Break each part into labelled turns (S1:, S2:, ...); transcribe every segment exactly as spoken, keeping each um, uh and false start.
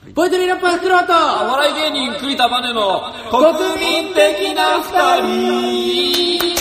S1: ポエトリーラッパーフクロウと
S2: お笑い芸人栗田バネの国民的な二人。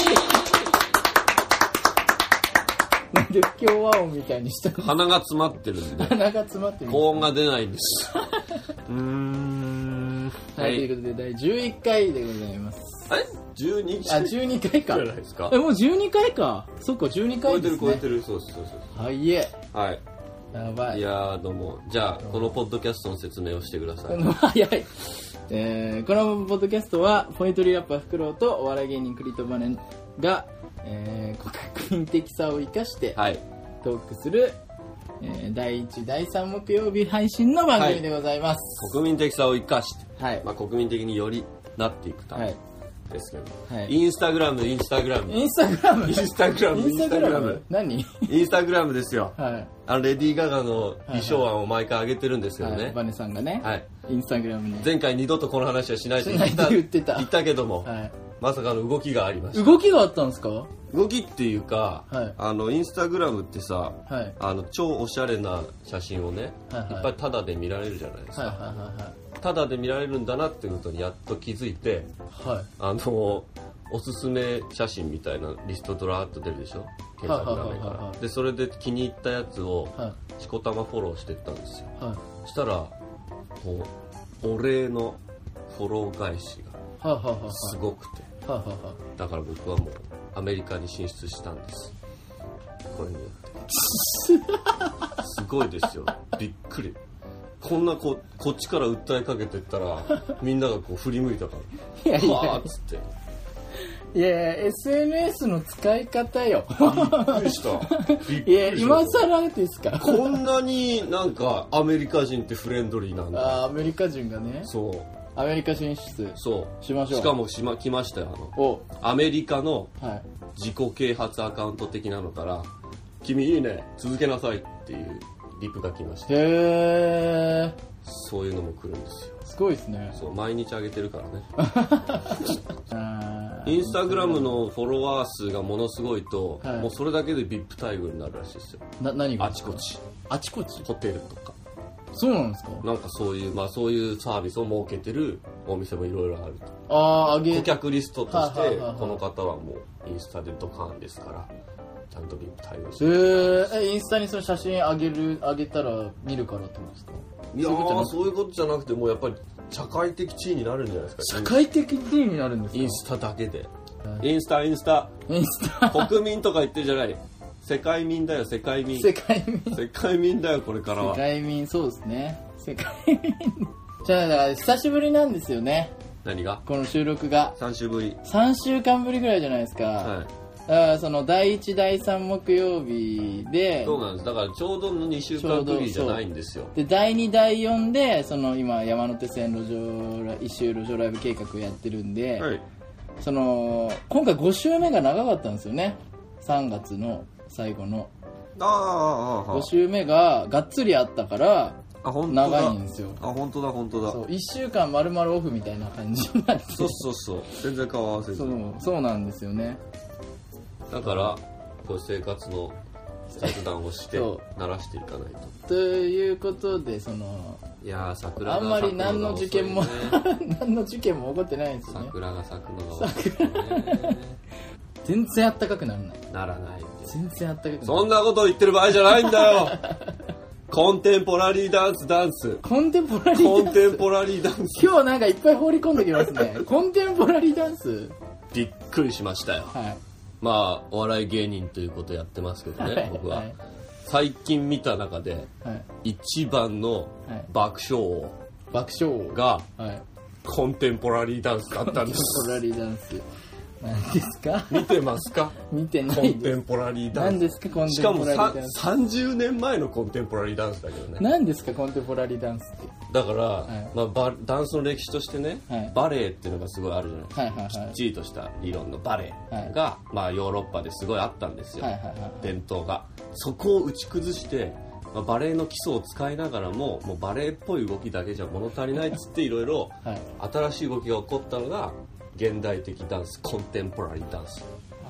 S1: なんで不協和音みたいにしたの？
S2: 鼻が詰まってるんで
S1: 鼻が詰まってる。
S2: 高音が出ないんです。うーん。
S1: はい、ということでだいじゅういっかいでございます。
S2: あれじゅうに
S1: あ、じゅうにかいか。
S2: じゃないですか。
S1: え、もうじゅうにかいか。そっか、じゅうにかいですね。
S2: 超えてる超えてる。そうそうそうそう。
S1: はいえ。
S2: はい。
S1: やばい。
S2: いやーどうも。じゃあこのポッドキャストの説明をしてください。
S1: この早い。えー、このポッドキャストはポエトリーラッパーフクロウとお笑い芸人クリトバネが、えー、国民的さを生かしてトークする、はい、えー、だいいちだいさん木曜日配信の番組でございます。
S2: はい、国民的さを生かして、
S1: はい、
S2: まあ、国民的によりなっていくため、はい、ですけど、はい、インスタグラムインスタグラム
S1: インスタグラム
S2: インスタグラム
S1: インスタグラム何？
S2: インスタグラムですよ。
S1: はい、
S2: あのレディー・ガガの衣装案を毎回上げてるんですけどね。
S1: はいはい、バネさんがね。はい。インスタグラムに。
S2: 前回二度とこの話はしないと
S1: 言った。言ってた。
S2: 言ったけども、
S1: はい、
S2: まさかの動きがありました。
S1: 動きがあったんですか？
S2: 動きっていうか、
S1: はい、
S2: あのインスタグラムってさ、はい、あの超おしゃれな写真をね、はいはい、いっぱいタダで見られるじゃないですか。はいはいはいはい、タダで見られるんだなっていうことにやっと気づいて、はい、あのおすすめ写真みたいなリストドラーっと出るでしょ、検索画面から、はいはいはいはい、でそれで気に入ったやつをしこたまフォローしていったんですよ。はい、そしたらこうお礼のフォロー返しがすごくて、はいはいはいはい、だから僕はもうアメリカに進出したんです。これによってすごいですよ、びっくり。こんなここっちから訴えかけてったらみんながこう振り向いたからいやいやはーっつって
S1: いやいや エスエヌエス の使い方よ。
S2: びっくりしたびっくりした。
S1: いや今更ですか。
S2: こんなになんかアメリカ人ってフレンドリーなんだ。
S1: あ、アメリカ人がね。そうアメリカ進出そうしましょう。
S2: しかもし、ま、来ましたよ。あのおアメリカの自己啓発アカウント的なのから、はい、君いいね続けなさいっていうリプが来ました。へー、そういうのも来るんですよ。
S1: すごいですね。
S2: そう毎日上げてるからね。インスタグラムのフォロワー数がものすごいと、はい、もうそれだけで ブイアイピー 待遇になるらしいですよ。な何が？あちこち
S1: あちこち
S2: ホテルとか。
S1: そうなんですか。
S2: なんかそういう、まあ、そういうサービスを設けてるお店もいろいろあると。
S1: ああ、顧
S2: 客リストとして、この方はもうインスタでドカーンですからちゃんと ブイアイピー 対応してる。
S1: えー、インスタにその写真上げる上げたら見るからってことですか？
S2: いやーそういうことじゃなくて、もうやっぱり社会的地位になるんじゃないですか。
S1: 社会的地位になるんですか？
S2: インスタだけで。インスタインスタ
S1: インスタ
S2: 国民とか言ってるじゃない。世界民だよ世界民。
S1: 世界民
S2: 世界民だよこれからは。
S1: 世界民、そうですね。世界民じゃあだから久しぶりなんですよね。
S2: 何が？
S1: この収録が
S2: さん週ぶり。
S1: さんしゅうかんぶりぐらいじゃないですか。はい。だからそのだいいちだいさん木曜日で、
S2: そうなんです。だからちょうどのにしゅうかんぶりじゃないんですよ。
S1: でだいにだいよんでその今山手線路上一周路上ライブ計画をやってるんで、はい、その今回ご週目が長かったんですよね。さんがつの最後の
S2: あ
S1: ご週目ががっつりあったから長いんですよ。
S2: あ、本当だ本当だ。
S1: そういっしゅうかん丸々オフみたいな感じになって。
S2: そうそうそう、全然顔合わせず。
S1: そうそうなんですよね。
S2: だからこう生活の雑談をして慣らしていかないと。
S1: ということでその
S2: いやー桜が
S1: あんまり何の事件も何の事件も起こってないんですよね。
S2: 桜が咲くのが遅いね。
S1: 全然あったかくならない。
S2: ならない。
S1: 全然あったかくならない。
S2: そんなこと言ってる場合じゃないんだよ。コンテンポラリーダンスダンス。
S1: コンテンポラリーダンス。
S2: コンテンポラリーダンス。
S1: 今日なんかいっぱい放り込んできますね。コンテンポラリーダンス。
S2: びっくりしましたよ。はい。まあお笑い芸人ということやってますけどね、はい、僕は、はい、最近見た中で、はい、一番の爆笑王、はい、
S1: 爆笑王
S2: が、はい、コンテンポラリーダンスだったんです。
S1: コンテンポラリーダンス。何ですか？
S2: 見てますか？
S1: 見てないです。
S2: コンテンポラリーダンス。
S1: 何ですかコンテンポラリーダンス？
S2: しかもさんじゅうねんまえのコンテンポラリーダンスだけどね。
S1: 何ですかコンテンポラリーダンスって？
S2: だから、はいまあ、バダンスの歴史としてね、はい、バレエっていうのがすごいあるじゃないですか、はいはいはい、きっちりとした理論のバレエが、はいまあ、ヨーロッパですごいあったんですよ、はいはいはい、伝統が。そこを打ち崩して、まあ、バレエの基礎を使いながらももうバレエっぽい動きだけじゃ物足りないっつっていろいろ新しい動きが起こったのが現代的ダンス、コンテンポラリーダンス。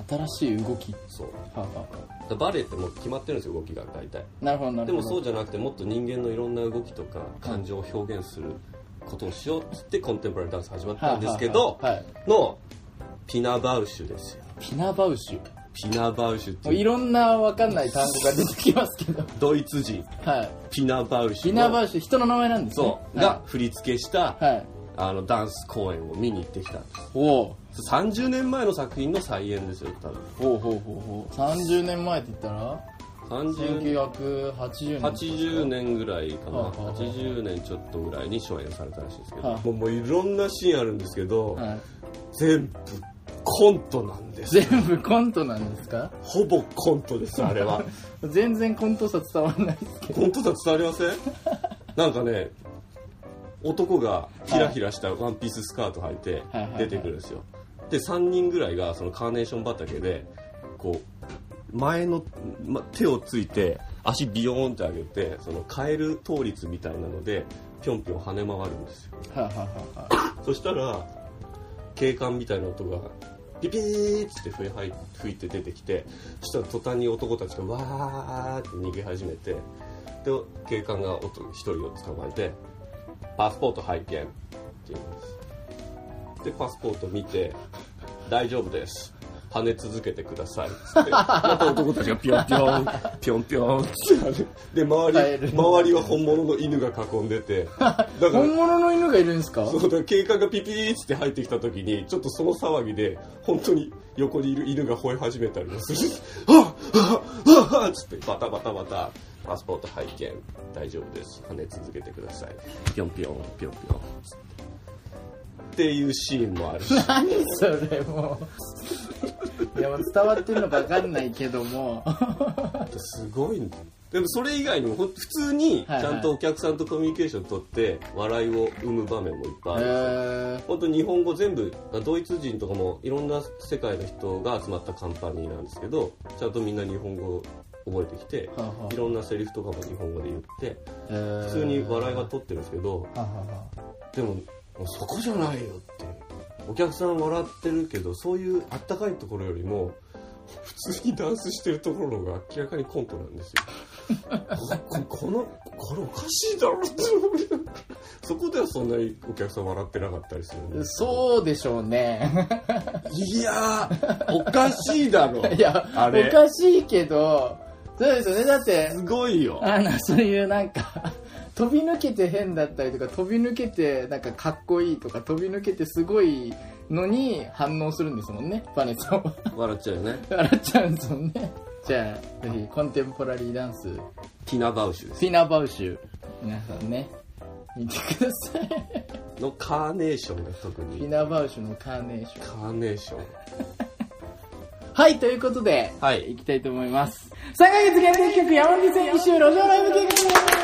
S1: 新しい動き。
S2: そう。はははバレエってもう決まってるんですよ、動きが大体。
S1: なるほどなるほど。
S2: でもそうじゃなくて、もっと人間のいろんな動きとか感情を表現することをしようってってコンテンポラリーダンス始まったんですけど、はいはいはい、のピナバウシュですよ。
S1: ピナバウシュ。
S2: ピナバウシュっていう
S1: いろんなわかんない単語が出てきますけど。
S2: ドイツ人。はい。ピナバウシュ。
S1: ピナバウシュ、人の名前なんですね。
S2: そう。はい、が振り付けした、はい、あのダンス公演を見に行ってきたんです。おさんじゅうねんまえの作品の再演ですよ、多分。
S1: ほうほうほうほう。さんじゅうねんまえって言ったらせんきゅうひゃくはちじゅうねん。
S2: はちじゅうねんぐらいかな。はあはあ、はちじゅうねんちょっとぐらいに初演されたらしいですけど、はあ、もうもういろんなシーンあるんですけど、はい、全部コントなんです。
S1: 全部コントなんですか？
S2: ほぼコントです、あれは。
S1: 全然コントさ伝わらないですけど。
S2: コントさ伝わりません？なんかね、男がヒラヒラしたワンピーススカート履いて出てくるんですよ。で、さんにんぐらいがそのカーネーション畑で、こう、前の、ま、手をついて、足ビヨーンって上げて、そのカエル倒立みたいなので、ぴょんぴょん跳ね回るんですよ。ははははそしたら、警官みたいな音が、ピピーって笛吹いて出てきて、そしたら途端に男たちがわーって逃げ始めて、で警官が一人を捕まえて、パスポート拝見って言うんです。でパスポート見て、大丈夫です、跳ね続けてくださいっつって、また男たちがピョンピョンピョンピョンってで周り周りは本物の犬が囲んでて、だから
S1: 本物の犬がいるんですか？
S2: そうだ、警官がピピーって入ってきた時にちょっとその騒ぎで本当に横にいる犬が吠え始めたりもする。あっあっあっつってバタバタバタ、パスポート拝見、大丈夫です、跳ね続けてください、ピョンピョンピョンピョンっていうシーンもあるし。
S1: 何それもう。いやもう伝わってるのか分かんないけども。
S2: すごいんだ。でもそれ以外にも普通にちゃんとお客さんとコミュニケーション取って笑いを生む場面もいっぱいあるんですよ。本当に日本語全部、ドイツ人とかもいろんな世界の人が集まったカンパニーなんですけど、ちゃんとみんな日本語覚えてきて、はあはあ、いろんなセリフとかも日本語で言って、普通に笑いが取ってるんですけど、はあはあ、でももうそこじゃないよって。お客さん笑ってるけど、そういうあったかいところよりも普通にダンスしてるところが明らかにコントなんですよ。こ, このこれおかしいだろってそこではそんなにお客さん笑ってなかったりするんです。
S1: そうでしょうね。
S2: いやおかしいだろ。
S1: いやあれおかしいけど、そうですよね。だって
S2: すごいよ。
S1: あのそういうなんか飛び抜けて変だったりとか、飛び抜けてなんかかっこいいとか、飛び抜けてすごいのに反応するんですもんね、バネさんは。
S2: 笑っちゃうよね。
S1: 笑っちゃうんですもんね。じゃあぜひコンテンポラリーダンス
S2: ピナバウシュです。
S1: ピナバウシュ皆さんね見てください。
S2: のカーネーションが特に。
S1: ピナバウシュのカーネーション。
S2: カーネーション。
S1: はい、ということで、はい、いきたいと思います。さんかげつ限定企画山手線一周路上ライブ計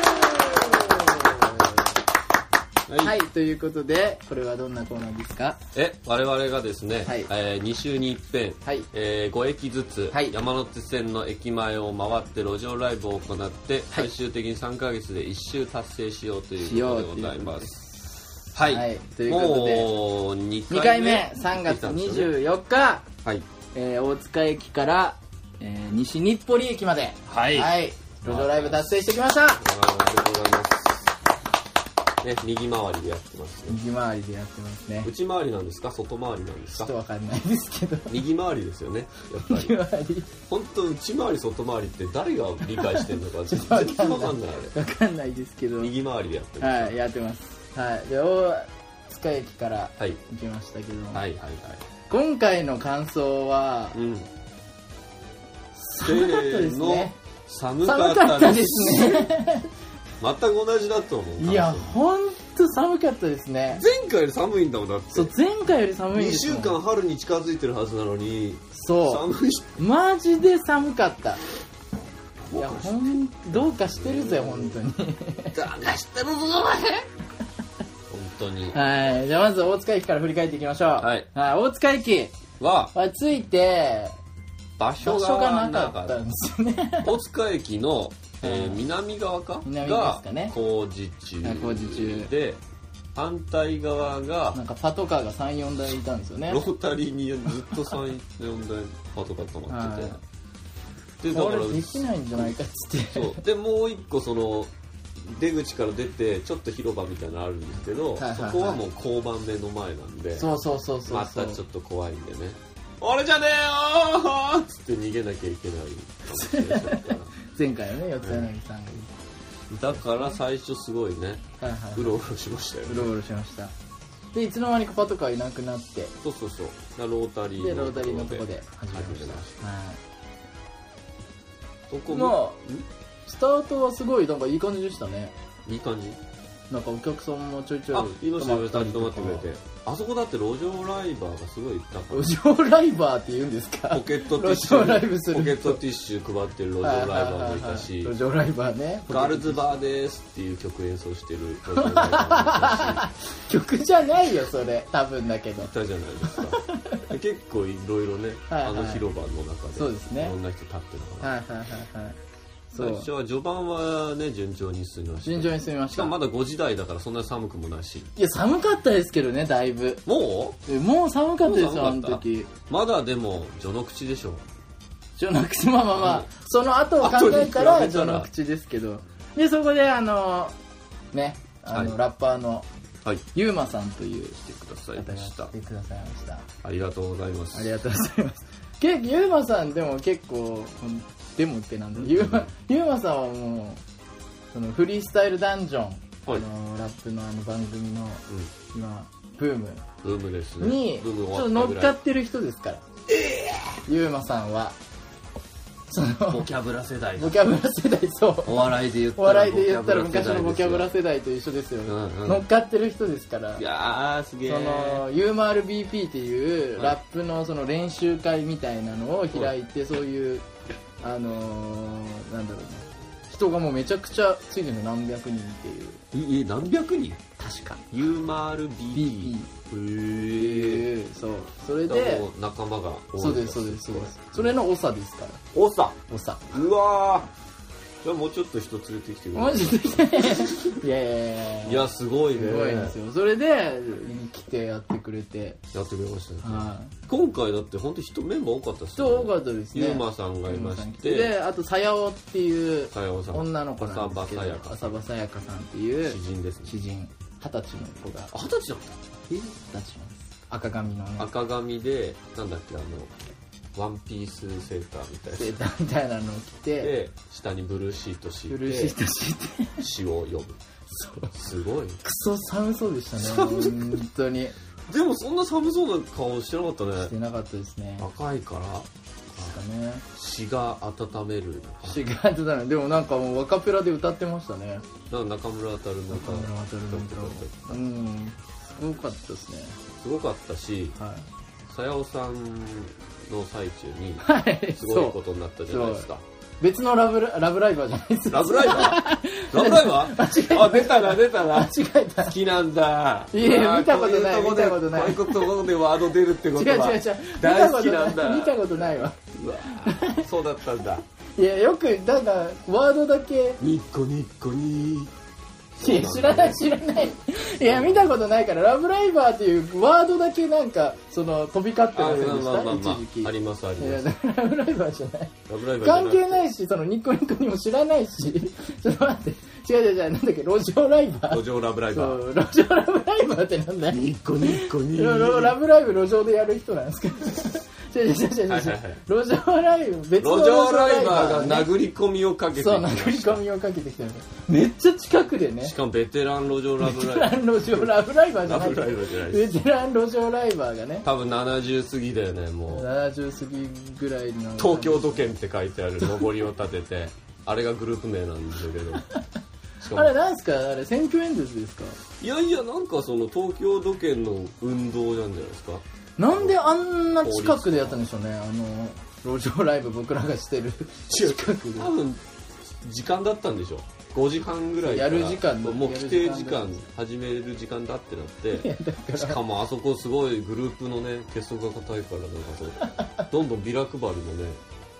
S1: 画。はい、はい、ということで、これはどんなコーナーですか？
S2: え、我々がですね、はい、えー、に週に一遍、はい、えー、ご駅ずつ、はい、山手線の駅前を回って路上ライブを行って、はい、最終的にさんかげつでいっ周達成しようということでございます。はい、はい、ということで、もうにかいめ、さんがつにじゅうよっか、はい、えー、大塚駅から、えー、西日暮里駅まで、はい、はい、路上ライブ達成してきました。ありがとうございます。ね、右回りでやってますね。右回りでやってますね。内回りなんですか、外回りなんですか。ちょっとわかんないですけど。右回りですよね。やっぱり。右回り。本当内回り外回りって誰が理解してるのか全然わかんないあれ。わかんないですけど。右回りでやってます。はい、やってます。はい。で大塚駅から行きましたけども。はいはいはい。今回の感想は、うん、寒かったですね。寒かったですね。全く同じだと思う。いや、ほんと寒かったですね。前回より寒いんだもん、だって。そう、前回より寒いんですよ。にしゅうかん春に近づいてるはずなのに、そう。寒い。マジで寒かった。いや、ほん、どうかしてるぜ、ほんとに。どうかしてるぞ、お前。ほんとに。はい。じゃあまず大塚駅から振り返っていきましょう。はい。はい、大塚駅は、着いて、場所がなかったんですよね。大塚駅の、えー、南側か南ですかね、が工事中で、 反対側が
S1: なんかパトカーが さん,よん 台いたんですよね。
S2: ロータリーにずっと さん,よん 台パトカー止まってて、はい、
S1: でだからできないんじゃないかっつって。
S2: そうでもう一個その出口から出てちょっと広場みたいなのあるんですけど、はいはいはい、そこはもう交番目の前なんで、
S1: そうそうそうそう、
S2: またちょっと怖いんでね、俺じゃねえよーっつって逃げなきゃいけない
S1: 前回はね、四柳さんが、
S2: うん、だから最初すごいね、はいはいはい、うろうろしましたよね。
S1: うろうろしました。でいつの間にかパトカーいなくなって、
S2: そうそうそう、ロータリー
S1: でロータリーのとこで始めました。はい、
S2: そこ
S1: もスタートはすごいなんかいい感じでしたね。
S2: いい感じ。
S1: なんかお客さんもちょいちょい
S2: 止まったり止まってくれて、あそこだって路上ライバーがすごい、なんか
S1: 路上ライバーって言うんですか。
S2: ポケットティッシュ、ライブするポケットティッシュ配ってる路上ライバーもいたし、
S1: 路上ライバーね、
S2: ガールズバーですっていう曲演奏してる路上ライバーもいた
S1: し曲じゃないよそれ、多分だけど
S2: いたじゃないですか結構いろいろね、はいはい、あの広場の中で
S1: そうですね、
S2: いろんな人立ってるから、
S1: はいはいはいはい、
S2: 最初は序盤はね順調に進みました。
S1: 順調に進みました。
S2: しかもまだごじ台だからそんなに寒くもないし。
S1: いや寒かったですけどね、だいぶ。
S2: もう？
S1: もう寒かったですよあの時。
S2: まだでも序の口でしょ。
S1: 序の口、まあまあまあ、うん、その後を考えたら序の口ですけど。でそこであのねあの、はい、ラッパーのゆうまさんという
S2: 来てくださいました。
S1: 来てくださいました。
S2: ありがとうございます。
S1: ありがとうございます。結構ゆうまさんでも結構でもってなんだ、うん、ゆうまゆうまさんはもうそのフリースタイルダンジョン、はい、あのラップのあの番組の、うん、今ブーム
S2: ブームですね
S1: にちょっと乗っかってる人ですから、えー、ゆうまさんは
S2: そのボキャブラ世代
S1: ボキャブラ世代、そう
S2: お笑いで言ったら
S1: お笑いで言ったら昔のボキャブラ世代と一緒ですよ、うんうん、乗っかってる人ですから。
S2: いやーすげー。
S1: その ユーエムアールビーピー っていうラップのその練習会みたいなのを開いて、そういうあのー、なんだろうね、人がもうめちゃくちゃついてるの、何百人っていう。
S2: え何百人
S1: 確か
S2: ユーエムアールビーピー。へえ。
S1: そう、それで
S2: 仲間が多い。
S1: そうですそうですそうです。それの長ですから。
S2: 長
S1: 長。
S2: うわー。じゃあもうちょっと人連れてきてくれ。
S1: マジでいやいやいや
S2: いやすごいね。
S1: すごいんですよ。それで来てやってくれて
S2: やってくれましたね。
S1: はい。
S2: 今回だって本当人メンバー多かったですね。
S1: 人多かったですね。
S2: ゆうまさんがいまして、
S1: であとさやおっていう女の子
S2: なんですけど、
S1: 浅場さやかさんっていう
S2: 詩人ですね。
S1: 詩人二十歳の子が。
S2: 二十歳だった。
S1: え？二十歳なんです。赤髪のね。
S2: 赤髪でなんだっけあの。ワンピースセーターみたいな
S1: セーターみたいなのを着て、
S2: で下にブルーシート敷いて
S1: ブルーシート敷いて
S2: 詩を読む。
S1: そう
S2: すごい
S1: クソ寒そうでしたね本当に。
S2: でもそんな寒そうな顔してなかったね。
S1: してなかったですね。
S2: 赤いから
S1: ですかね。
S2: 詩が温める。
S1: 詩が温める。でもなんかもう若ペラで歌ってましたね。
S2: なんか中村あたるの
S1: 中村あたるの歌。うんすごかったですね。
S2: すごかったし、
S1: はい、
S2: さやおさんの最中に
S1: はい
S2: すごいことになったじゃないですか。
S1: 別のラブラブライバーじゃないですか。
S2: ラブライバーラブライバー間違えた。あ、出たな出たな。
S1: 間違えた。
S2: 好きなんだ。
S1: いや見たことない。見たことない。
S2: こういうところでワード出るってことは。
S1: 違う違う違う。
S2: 大好きなんだ。
S1: 見たことないわ。
S2: うわそうだったんだ。
S1: いやよくなんかワードだけ。
S2: ニッコニッコニー。
S1: いや知らない知らない。いや見たことないからラブライバーっていうワードだけなんかその飛び交ってませんでした、まあまあまあ、一時期。ありますあります。いやラブライバーじゃない。
S2: ラブライバーじゃない。
S1: 関係ないしそのニッコニッコにも知らないし。ちょっと待って。違う違う違うなんだっけ路上ライバー。
S2: 路上ラブライバー。
S1: そう路上ラブライバーってなんだよ。
S2: ニッコニッコニー。
S1: ラブライブ路上でやる人なんですか。違う違う違う違う、はいはいはい、路上ライブ別の
S2: 路上ライバーが殴り込みをかけてき
S1: そう殴り込みをかけてきたのめっちゃ近くでね。
S2: しかもベテラン路上ラブライバー。
S1: ベテラン路上ラブライバーじゃない。ベテラン路上ライバーがね。
S2: 多分ななじゅう過ぎだよねもう。
S1: ななじゅう過ぎぐらいの。
S2: 東京土建って書いてある上りを立ててあれがグループ名なんですけど。
S1: あれなんですかあれ選挙演説ですか。
S2: いやいやなんかその東京土建の運動なんじゃないですか。
S1: なんであんな近くでやったんでしょうね。あの路上ライブ僕らがしてる近くで。
S2: 多分時間だったんでしょ。ごじはんぐらいから
S1: やる時間
S2: もう規定時間始める時間だってなってしかもあそこすごいグループのね結束が固いからなんかそうどんどんビラ配りもね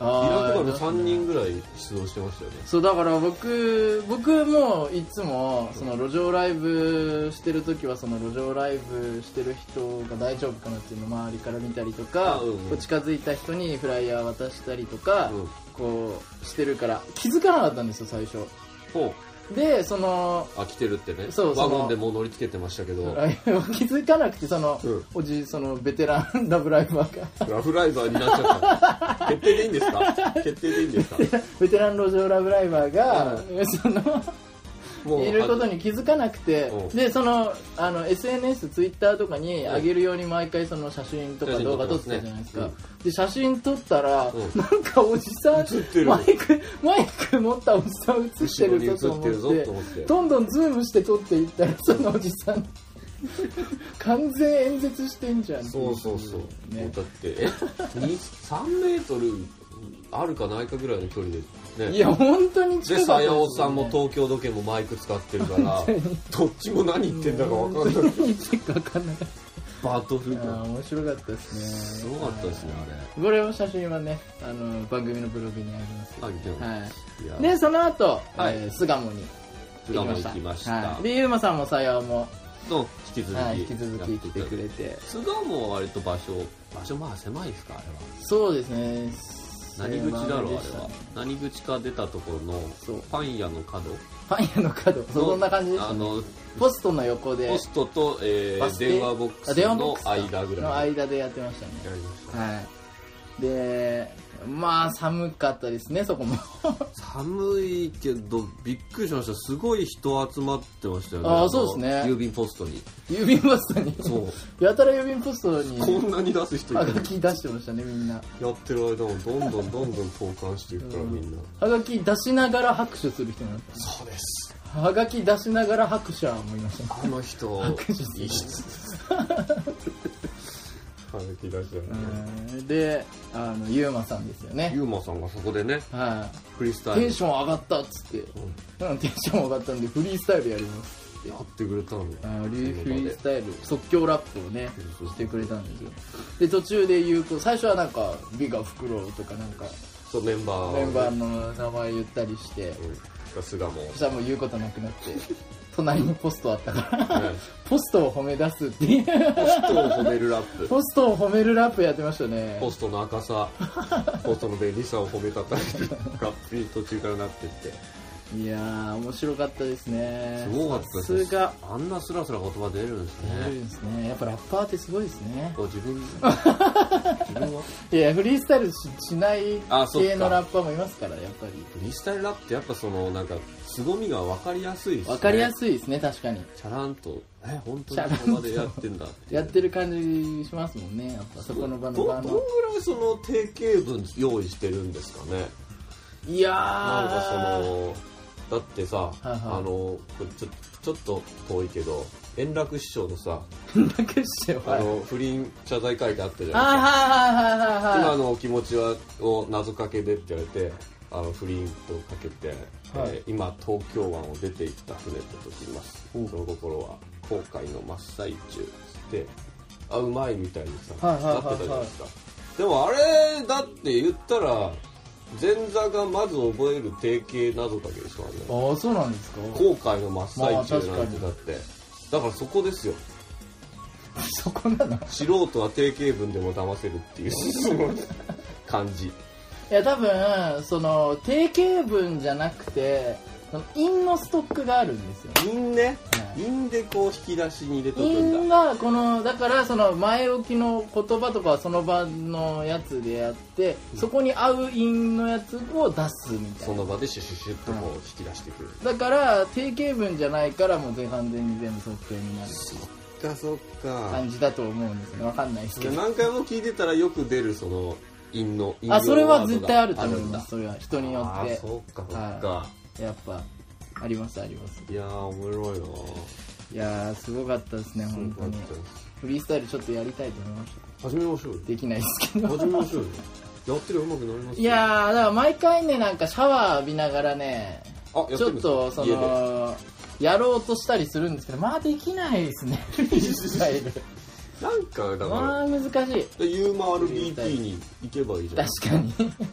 S2: ラクバルさんにんぐらい出動してましたよね。
S1: そうだから僕僕もいつもその路上ライブしてる時はその路上ライブしてる人が大丈夫かなっていうのを周りから見たりとか、うんうん、こう近づいた人にフライヤー渡したりとか、うん、こうしてるから気づかなかったんですよ最初。
S2: ほう
S1: でその
S2: あ来てるってね、そうワゴンでもう乗りつけてましたけど
S1: 気づかなくてその、うん、おじそのベテランラブライバー
S2: がラブライバーになっちゃった決定でいいんですか決定でいいんですか
S1: ベテラン路上ラブライバーが、うん、そのいることに気づかなくて、うん、でそのあの エスエヌエス、ツイッターとかに上げるように毎回その写真とか動画撮ってたじゃないですか。で写真撮ったら、うん、なんかおじさんマイクマイク持ったおじさん映ってるぞと思ってどんどんズームして撮っていったらそのおじさん完全演説してんじゃん。
S2: そうそうそう、ね、だってさんメートルあるかないかぐらいの距離でね、
S1: いや本当に近かったですよね。で
S2: さやおさんも東京時計もマイク使ってるからどっちも何言ってんだか分かんない。
S1: 何言ってんか分かんない。
S2: バトルが
S1: 面白かったですね。
S2: すごかったですねあれ。
S1: これの写真はねあの番組のブログにありますけど。
S2: あ見てます。
S1: はい。でその後、はいえー、巣鴨に
S2: 巣鴨に行きました。はい、
S1: でゆうまさんもさやも
S2: と引き続き、はい、
S1: 引き続き来てくれて。
S2: 巣鴨は割と場所場所まあ狭いですかあれは。
S1: そうですね。
S2: 何口だろうあれは。何口か出たところのパン屋の角。
S1: パン屋の角。そんな感じでした、ね。あのポストの横で。
S2: ポストと、えー、電話ボックスの間ぐらい。
S1: の間でやってましたね。
S2: やりました。
S1: はい。でまあ寒かったですねそこも。
S2: 寒いけどびっくりしました。すごい人集まってましたよね。
S1: ああそうですね。
S2: 郵便ポストに。
S1: 郵便ポストに。そうやたら郵便ポストに
S2: こんなに出す人いる。
S1: はがき出してましたねみんな。
S2: やってる間もどんどんどんどん投函していくからみんな。
S1: はがき出しながら拍手する人もいました。
S2: そうです。
S1: はがき出しながら拍手はもいました、ね。
S2: あの人
S1: 拍手する。
S2: はがき出しだね。
S1: で、あのゆうまさんですよね。
S2: ゆうまさんがそこでね、
S1: はい、
S2: フリースタイル。
S1: テンション上がったっつって、うん、テンション上がったんでフリースタイルやりますって
S2: やってくれたの。
S1: あフリースタイル即興ラップをねしてくれたんですよ。で途中で言うと最初はなんかビガフクロウとかなんか
S2: そうメンバー、
S1: ね、メンバーの名前言ったりして、
S2: うん、さすがも
S1: そしたらもう言うことなくなって隣にポストあったから、ね、ポストを褒め出すっていう
S2: ポストを褒めるラップ
S1: ポストを褒めるラップやってましたね。
S2: ポストの赤さポストの便利さを褒めたたりラップに途中からなってって
S1: いやー面白かったですね。
S2: すごかったですね。
S1: さすが
S2: あんなスラスラ言葉出るんですね。
S1: 出るんですね。やっぱラッパーってすごいですね。
S2: 自分自分はい
S1: やフリースタイル し, しない系のラッパーもいますからやっぱり。
S2: フリースタイルラップってやっぱそのなんか凄みが分かりやすいですね。
S1: 分かりやすいですね確かに。
S2: チャランとえ本当にそこまでやってんだって
S1: やってる感じしますもんね。やっぱそこの場の場の。
S2: どのぐらいその定型文用意してるんですかね。
S1: いやー
S2: なんかそのだってさ、はいはい、あのこれちょちょっと遠いけど円楽師匠のさ
S1: 円楽師匠
S2: あの不倫謝罪会見あったじゃないですか。
S1: はいはいはいはい、
S2: 今のお気持ちはを謎かけでって言われてあの不倫とかけて、はいえー、今東京湾を出て行った船と解きます、うん、その心は後悔の真っ最中ってあうまいみたいにさ、はいはいはいはい、なってたじゃないですか。でもあれだって言ったら前座がまず覚える定型謎かけですからね。
S1: ああそうなんですか。
S2: 後悔の真っ最中なんてだって、まあ、だからそこですよ
S1: そこなの。
S2: 素人は定型文でも騙せるっていう感じ。
S1: いや多分その定型文じゃなくて韻のストックがあるんですよ。
S2: 韻ね、はい、韻でこう引き出しに入れとくんだ。
S1: 韻がこのだからその前置きの言葉とかはその場のやつでやって、うん、そこに合う韻のやつを出すみたいな。
S2: その場でシュシュシュッとこう引き出してくる、
S1: はい、だから定型文じゃないからもう完全に全部即興になる
S2: そっかそっか
S1: 感じだと思うんですね。わかんないですけど
S2: 何回も聞いてたらよく出るその韻の韻
S1: あそれは絶対あると思います。それは人によって
S2: あそっかそっか、
S1: はい、やっぱありますあります。
S2: いやーおもろいな。
S1: いやーすごかったですね本当に。フリースタイルちょっとやりたいと思いました。
S2: 始めましょうよ。
S1: できないですけど
S2: 始めましょうよ。やってる上手くなりますよ。
S1: いやーだから毎回ねなんかシャワー浴びながらねあちょっとそのやろうとしたりするんですけどまあできないですねフリースタイル
S2: なんかだから
S1: まあ難しい。
S2: ユーマ アールビーティー に行けばいいじゃん。
S1: 確かに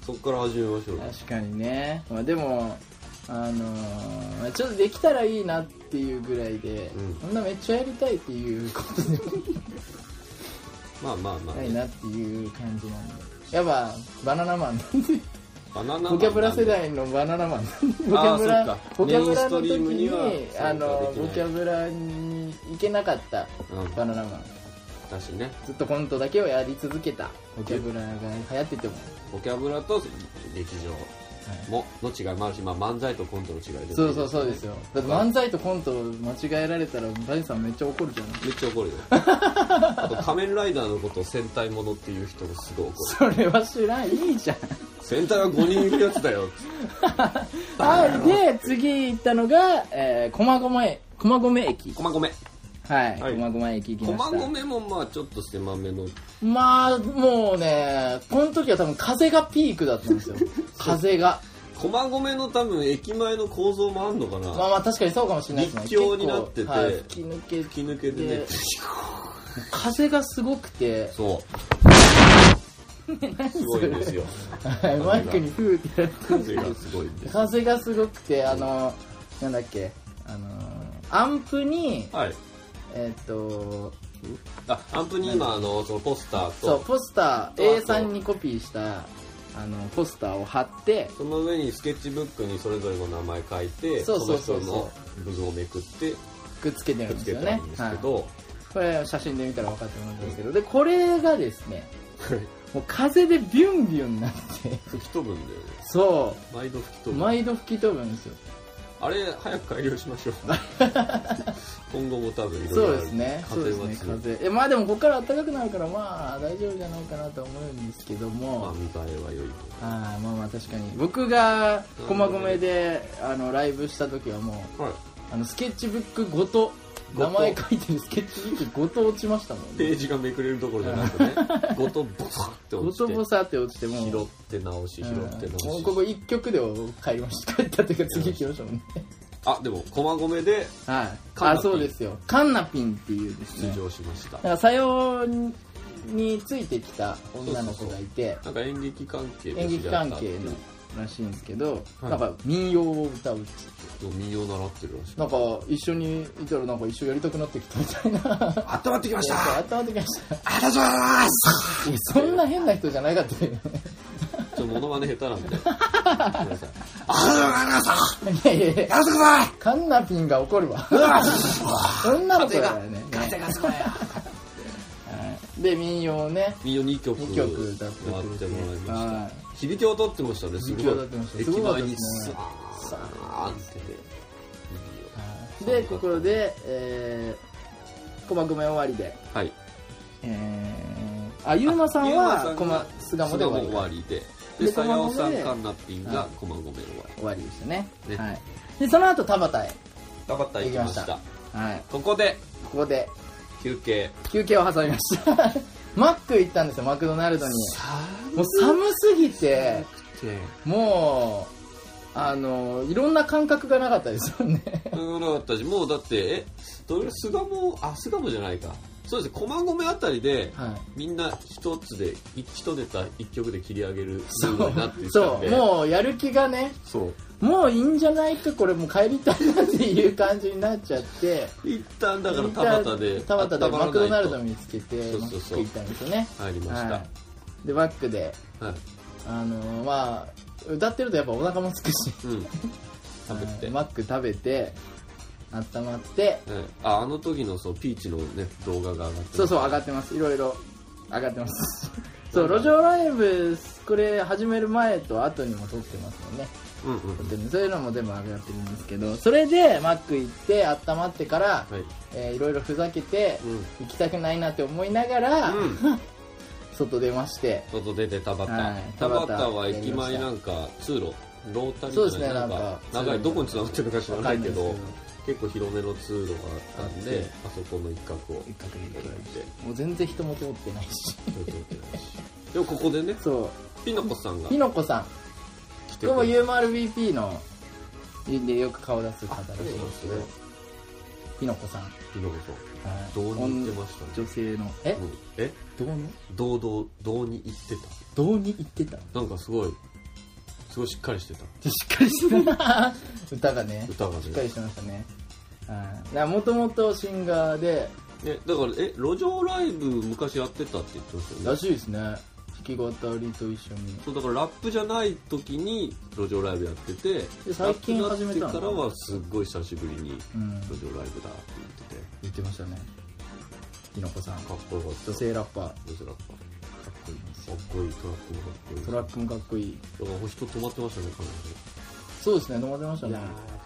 S2: そこから始めましょう。
S1: 確かにね、まあ、でもあのー、ちょっとできたらいいなっていうぐらいで、うん、そんなめっちゃやりたいっていうことで
S2: まあまあまあ、ね、
S1: ないなっていう感じなんで、やっぱバナナマンなんで
S2: バナナマン
S1: ボキャブラ世代のバナナマンボキャブラボキャブラの時にあのボキャブラに行けなかったバナナマン、
S2: だしね、
S1: ずっとコントだけをやり続けたボキャブラが流行ってても
S2: ボキャブラと劇場もの違いもあるし、まあ、漫才とコントの違いで、
S1: そうそうそうですよ。だって漫才とコント間違えられたらバニさんめっちゃ怒るじゃん。
S2: めっちゃ怒るよあと仮面ライダーのことを戦隊ものっていう人もすごい怒
S1: る。それは知らん、いいじゃん。
S2: 戦隊はごにんいるやつだよ
S1: はい。で次行ったのが、えー、駒込駒込駅
S2: 駒込
S1: はい、はい、駒込駅行きました。
S2: 駒込もまあちょっと狭めの、
S1: まあもうね、この時は多分風がピークだったんですよ風が
S2: 駒込の多分駅前の構造もあんのかな。
S1: まあまあ確かにそうかもしれないですね。
S2: 立教になってて、はい、
S1: 吹き抜け
S2: 吹き抜けでね
S1: 風がすごくて、
S2: そうすごいんですよ
S1: マイクにフーってやって
S2: 風がすごいんです。
S1: 風がすごくて、あのなんだっけ、あのアンプに、はい、えっ、ー、と
S2: あアンプに今あのそのポスターと、
S1: そうポスター エーさん にコピーしたあのポスターを貼って、
S2: その上にスケッチブックにそれぞれの名前書いて、
S1: そうそうそうそう、
S2: その人の部分をめくって
S1: くっつけてるんですよね。
S2: くっつけてあるんですけど、はい、
S1: これ写真で見たら分かってもらうんですけど、でこれがですねもう風でビュンビュンなって
S2: 吹き飛ぶんだよね。
S1: そう
S2: 毎度吹き飛ぶ
S1: 毎度吹き飛ぶんですよ。
S2: あれ早く改良しましょう今後も多分いろいろ
S1: そうですね、風は強い。風えまあでもここから暖かくなるからまあ大丈夫じゃないかなと思うんですけども、
S2: まあ見栄えは良いと。
S1: ああまあまあ確かに僕が駒込であのライブした時はもう、はい、あのスケッチブックごと名前書いてるスケッチブックごと落ちましたもんね。
S2: ページがめくれるところじゃなくねごとボサって落ちて、
S1: ごとボサって落ちて、もう
S2: 拾って直し拾って直し、
S1: もうここいっきょくで帰りました。帰ったっていうか次来ましたもんね。
S2: あでも駒込で、
S1: はい、あそうですよ、カンナピンっていうですね、
S2: 出場しました。
S1: だからさよについてきた女の子がいて、
S2: そうそうそう、なんか演劇関係
S1: で演劇関係のらしいんですけど、はい、なんか民謡を歌うって
S2: 民謡習ってるらしい。
S1: なんか一緒にいたらなんか一緒やりたくなってきたみたいな。
S2: 温まってきました。
S1: 温まってきました。
S2: ありがとうございます。
S1: そんな変な人じゃなかったよね。
S2: ちょっとモノマネ下手なんで。ごめんなさい。ありがとうございます。
S1: いやいやいや。
S2: やめてください。
S1: カンナピンが怒るわ。女の子だよね。
S2: 風がすごい。
S1: で民謡ね。
S2: 民謡にきょく。
S1: にきょく歌って
S2: もらいました。響き渡ってましたね。すごい。駅前にスーンって
S1: でここで、えー、駒込終わりで、
S2: はい、
S1: えー、あゆうまさんは駒巣鴨で終わり
S2: で、でさやおさんカンナピンが駒込終わり
S1: 終わりでしたね。ね、はい、でその後田端へ
S2: 田端へ行きました。
S1: はい、
S2: ここで
S1: ここで
S2: 休憩
S1: 休憩を挟みましたマック行ったんですよ、マクドナルドに。もう寒すぎてもうあのいろんな感覚がなかったですよね
S2: なかったし、もうだってえどれ巣鴨あ巣鴨じゃないか、そうですね、駒込あたりで、はい、みんな一つで一ネタ一曲で切り上げるムードになってきたんで、
S1: そうもうやる気がね、
S2: そう
S1: もういいんじゃないかこれもう帰りたいなっていう感じになっちゃって
S2: 一旦だから田端で
S1: 田端でマクドナルド見つけてマック行ったんですよね。
S2: 入りました、はい、
S1: でバックで、はい、あのー、まあ歌ってるとやっぱお腹もすくし、うん、
S2: 食べて
S1: マック食べて温まって、
S2: うん、ああの時のそうピーチのね動画が上がってます。
S1: そうそう上がってます、いろいろ上がってますそう路上ライブこれ始める前と後にも撮ってますもんね、うんうんうん、そういうのも全部上がってるんですけど、それでマック行って温まってから、はいえー、いろいろふざけて、うん、行きたくないなって思いながら、うん外出まして、
S2: 外出て田端、はい、田端は駅前なんか通路ロータリー
S1: そうですね、なんか
S2: 長いどこに繋がってるのか知らないけど結構広めの通路があったんで、あそこの一角を
S1: 一角にいただいて、もう全然人も通ってないし
S2: 通ってないしでもここでね、
S1: そう
S2: ピノコさんが
S1: ピノコさんこれも ユーエムアールビーピー のでよく顔出す方らしいんですけど、ピノコさん
S2: ピノコさんどうに言ってましたね、
S1: 女性のえ、
S2: うん、え
S1: どうに
S2: どうどうどうに言ってた
S1: どうに言ってた
S2: なんかすごいすごいしっかりしてた。
S1: しっかりしてた歌がね、
S2: 歌がね
S1: しっかりしてましたね。もともとシンガーで、
S2: えだからえ路上ライブ昔やってたって言ってましたよね。
S1: らしいですね。弾き語りと一緒に。
S2: そうだからラップじゃない時に路上ライブやってて、
S1: で最近始めたの
S2: ラップやってからはすっごい久しぶりに路上ライブだって言ってて、
S1: 言ってましたね。きのこさん
S2: かっこよかった。
S1: 女性ラッパー。
S2: 女性ラッパー。か
S1: っこいいです
S2: かっこいい。トラックもかっこいい。
S1: トラックもかっこいい。
S2: だから人止まってましたね、彼女。
S1: そうですね、止まってましたね。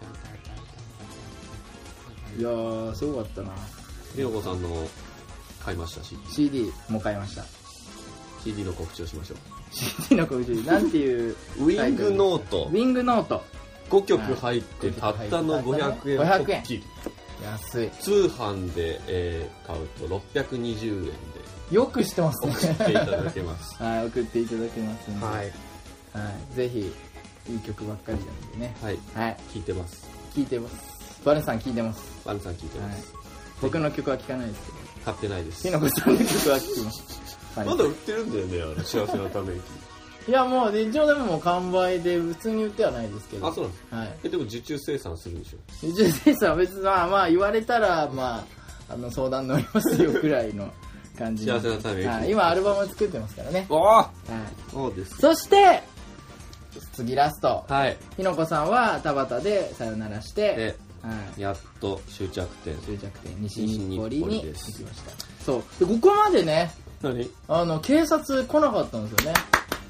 S1: いやー、すごかったな。
S2: ひろこさんの買いました シーディー。
S1: シーディー も買いました。
S2: シーディー の告知をしましょう。
S1: シーディー の告知、なんていう
S2: ウィングノート。
S1: ウィングノート。
S2: ごきょく入ってたったのごひゃくえん。
S1: ごひゃくえん。安い。
S2: 通販で、えー、買うとろっぴゃくにじゅうえんで。
S1: よく知ってますね。
S2: 送っていただけます。
S1: はい、送っていただけますので。
S2: はい。
S1: はい。ぜひ、いい曲ばっかりなのでね。
S2: はい。
S1: はい。
S2: 聴いてます。
S1: 聴いてます。バネさん聴いてます。
S2: バネさん聴いてます。
S1: 僕の曲は聴かないですけど。
S2: 買ってないです。
S1: ひのこさんの曲は聴きます。
S2: まだ売ってるんだよね、あの幸せのため息。
S1: いやもう一応でも完売で普通に売ってはないですけど。
S2: あ、そうなんです。はい。えでも受注生産するんでしょ。
S1: 受注生産は別にまあまあ言われたらまああの相談乗りますよくらいの感じ。
S2: 幸せのため息。
S1: 今アルバム作ってますからね。
S2: おお。はい。そうです。
S1: そして次ラスト。
S2: はい。
S1: ひのこさんは田端でさよならして。
S2: で、はい、やっと終着点。
S1: 終着点西日暮里に行きました。そうでここまでね。
S2: 何？
S1: あの警察来なかったんですよね。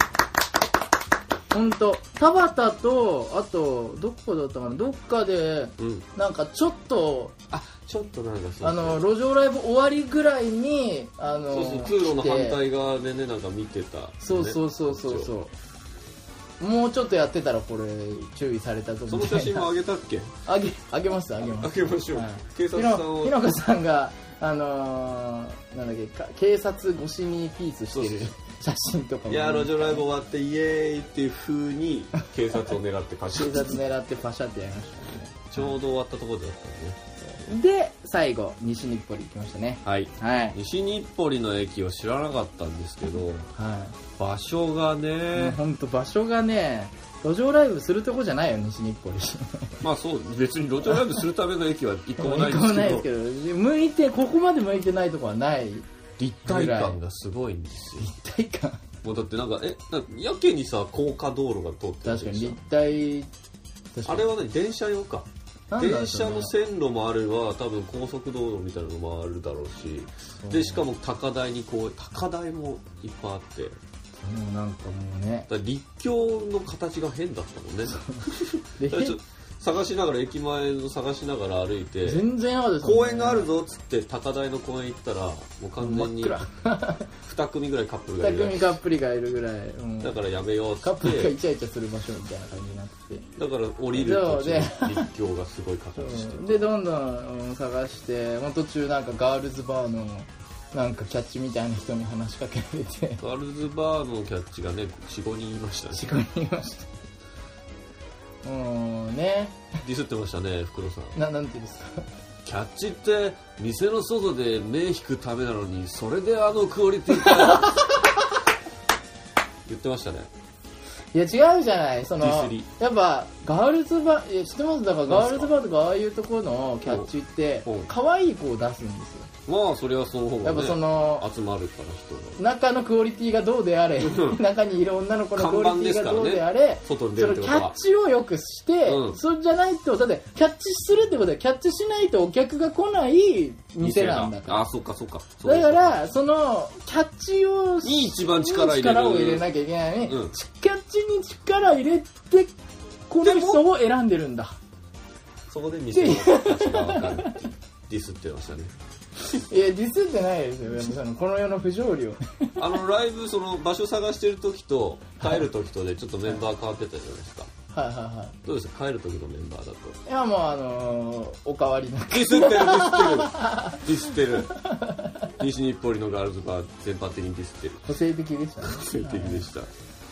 S1: 本当田端とあとどこだったかなどっかで、うん、なんかちょっと
S2: あちょっとなんか
S1: そうあの路上ライブ終わりぐらいにあの
S2: そうそう通路の反対側でねなんか見てた、ね、
S1: そうそうそうそうそうもうちょっとやってたらこれ注意されたと思う。
S2: その写真もあげたっけ？
S1: あげあげますあげます。
S2: あげましょう。はい、警察さんを
S1: ひのこさんがあのー、なんだっけか警察越しにピースしてる写真とかも、
S2: いや路上ライブ終わってイエーイっていう風に警察を狙ってパシャ
S1: 警察狙ってパシャってやりましたね。
S2: ちょうど終わったところでだった
S1: ね。で最後西日暮里行きましたね。
S2: はい、はい、西日暮里の駅を知らなかったんですけど、はい、場所がね
S1: 本当場所がね路上ライブするとこじゃないよ西日暮里
S2: まあそう別に路上ライブするための駅は一個もないですけど
S1: 一個もないですけど向いてここまで向いてないとこはない
S2: 立体感がすごいんですよ。
S1: 立体感
S2: もうだってなんかえやけにさ高架道路が通ってる。
S1: 確かに立体
S2: あれは何電車用か電車の線路もあれば多分高速道路みたいなのもあるだろうしでしかも高台にこう高台もいっぱいあって
S1: もうなんかもうね
S2: だ立教の形が変だったもんねで探しながら駅前を探しながら歩いて
S1: 全然なかったです
S2: ね公園があるぞっつって高台の公園行ったらもう完全にに組ぐらいカップルがいる
S1: に組カップルがいるぐらい、
S2: うん、だからやめようっつって
S1: カップルがイチャイチャする場所みたいな感じになって
S2: だから降りる途中立教がすごい形して
S1: でどんどん、うん、探してもう途中なんかガールズバーのなんかキャッチみたいな人に話しかけられて
S2: ガールズバーのキャッチがね よん、ごにんいましたね
S1: よん、ごにんいましたもうね
S2: ディスってましたね袋さん
S1: ななんていうんですか
S2: キャッチって店の外で目引くためなのにそれであのクオリティか言ってましたね。
S1: いや違うじゃないそのやっぱガールズバー知ってますだからガールズバーとかああいうところのキャッチって可愛い子を出すんですよ。
S2: まあそれはその方が、ね、
S1: やっぱその
S2: 集まるから人
S1: が中のクオリティがどうであれ中にいる女の子のクオリティがどうであれ、ね、
S2: 外に出るってことは
S1: そのキャッチをよくして、うん、それじゃないとだってキャッチするってことはキャッチしないとお客が来ない店なんだから
S2: あそうかそうか
S1: だからそのキャッチを
S2: に一番力入れる
S1: 力を入れなきゃいけないのに、うん、キャッチに力入れてこの人を選んでるんだ
S2: そこで店の価値が分かるってディスってましたね
S1: いやディスってないですよこの世の不条理を
S2: あのライブその場所探してる時と帰る時とでちょっとメンバー変わってたじゃないですか
S1: はいはいはい
S2: どうですか帰る時のメンバーだと
S1: いやもうあのー、おかわりなく
S2: ディスってるディスってるディスってる西日暮里のガールズバー全般的にディスってる
S1: 個性的でしたね
S2: 個性的でした、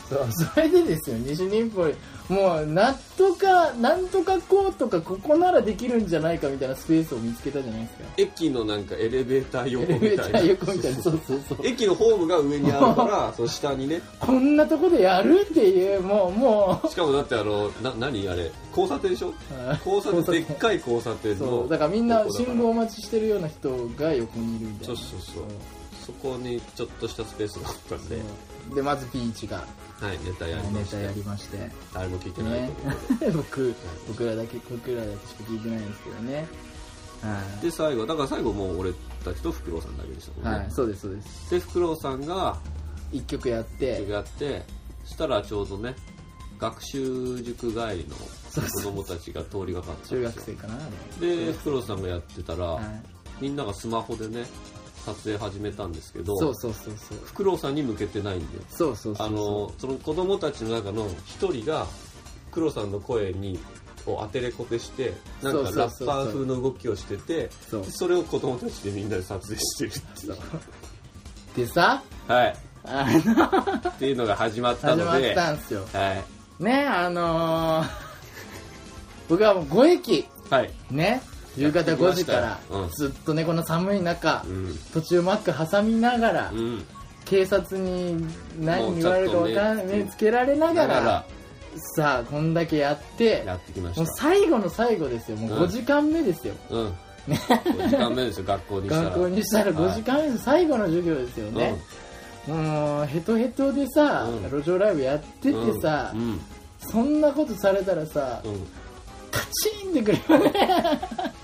S1: そうそれでですよ、西日暮里もうなんとかなんとかこうとかここならできるんじゃないかみたいなスペースを見つけたじゃないですか。
S2: 駅のなんかエレベーター横みたいな、エレベーター
S1: 横みたいな、そうそうそう、
S2: 駅のホームが上にあるからその下にね
S1: こんなとこでやるっていう、もうも
S2: うしかもだってあのな何あれ交差点でしょ、交差点、でっかい交差点の、
S1: そうだからみんな信号待ちしてるような人が横にいるみたいな、
S2: そうそうそう、そこにちょっとしたスペースがあったんで、
S1: でまずピーチが
S2: はいネタやりまして、
S1: ネタやりまして、
S2: 誰も聞いてないと思う、
S1: ね、僕僕らだけ僕らだけしか聞いてないんですけどね。
S2: はい、で最後だから最後もう俺たちとフクロウさんだけでしたもんね。
S1: はい、そうですそうです。
S2: でフクロウさんが
S1: 一曲やって
S2: 一曲やってしたらちょうどね学習塾帰りの子供たちが通りがかったんですよ。
S1: 中学生かな。
S2: でフクロウさんがやってたら、はい、みんながスマホでね撮影始めたんですけど、
S1: そうそうそうそう、
S2: フクロウさんに向けてないんで、
S1: そうそうそうそう、
S2: あのその子供たちの中の一人がフクロウさんの声にを当てれこてしてなんかラッパー風の動きをしてて、そう、それを子供たちでみんなで撮影してるっていう
S1: でさ、
S2: はいっていうのが始まったので
S1: 始まったんですよ、
S2: はい、
S1: ね、あのー、僕はもうご駅、はい、ね、夕方ごじからずっとねこの寒い中、うん、途中マック挟みながら、うん、警察に何言われるか分からない目つけられながらさあこんだけやって
S2: やってきました。
S1: もう最後の最後ですよ、もうごじかんめですよ、
S2: うんうん、ごじかんめですよ学校にしたら
S1: 学校にしたらごじかんめです、はい、最後の授業ですよね、うん、もうヘトヘトでさ、うん、路上ライブやっててさ、うんうん、そんなことされたらさ、うん、カチーンってくるよね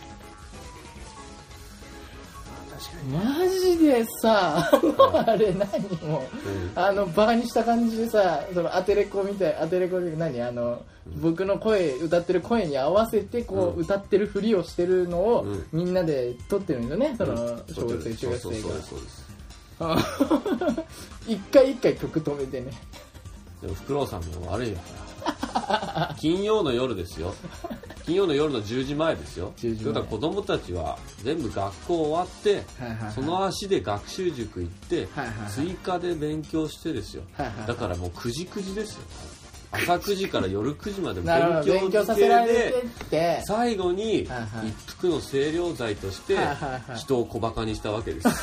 S1: マジでさあれ何もう、うん、あのバカにした感じでさ、そのアテレコみたい、アテレコで何あの、うん、僕の声歌ってる声に合わせてこう、うん、歌ってるふりをしてるのを、うん、みんなで撮ってるんだよね、その小学生中学生が一回一回曲止めてね。
S2: でもフクロウさんも悪いよ金曜の夜ですよ、金曜の夜のじゅうじまえですよ。ということは子供たちは全部学校終わって、はいはいはい、その足で学習塾行って、はいはいはい、追加で勉強してですよ、はいはいはい、だからもうくじくじですよ、朝くじから夜くじまで勉強漬けで最後に一服の清涼剤として人を小バカにしたわけです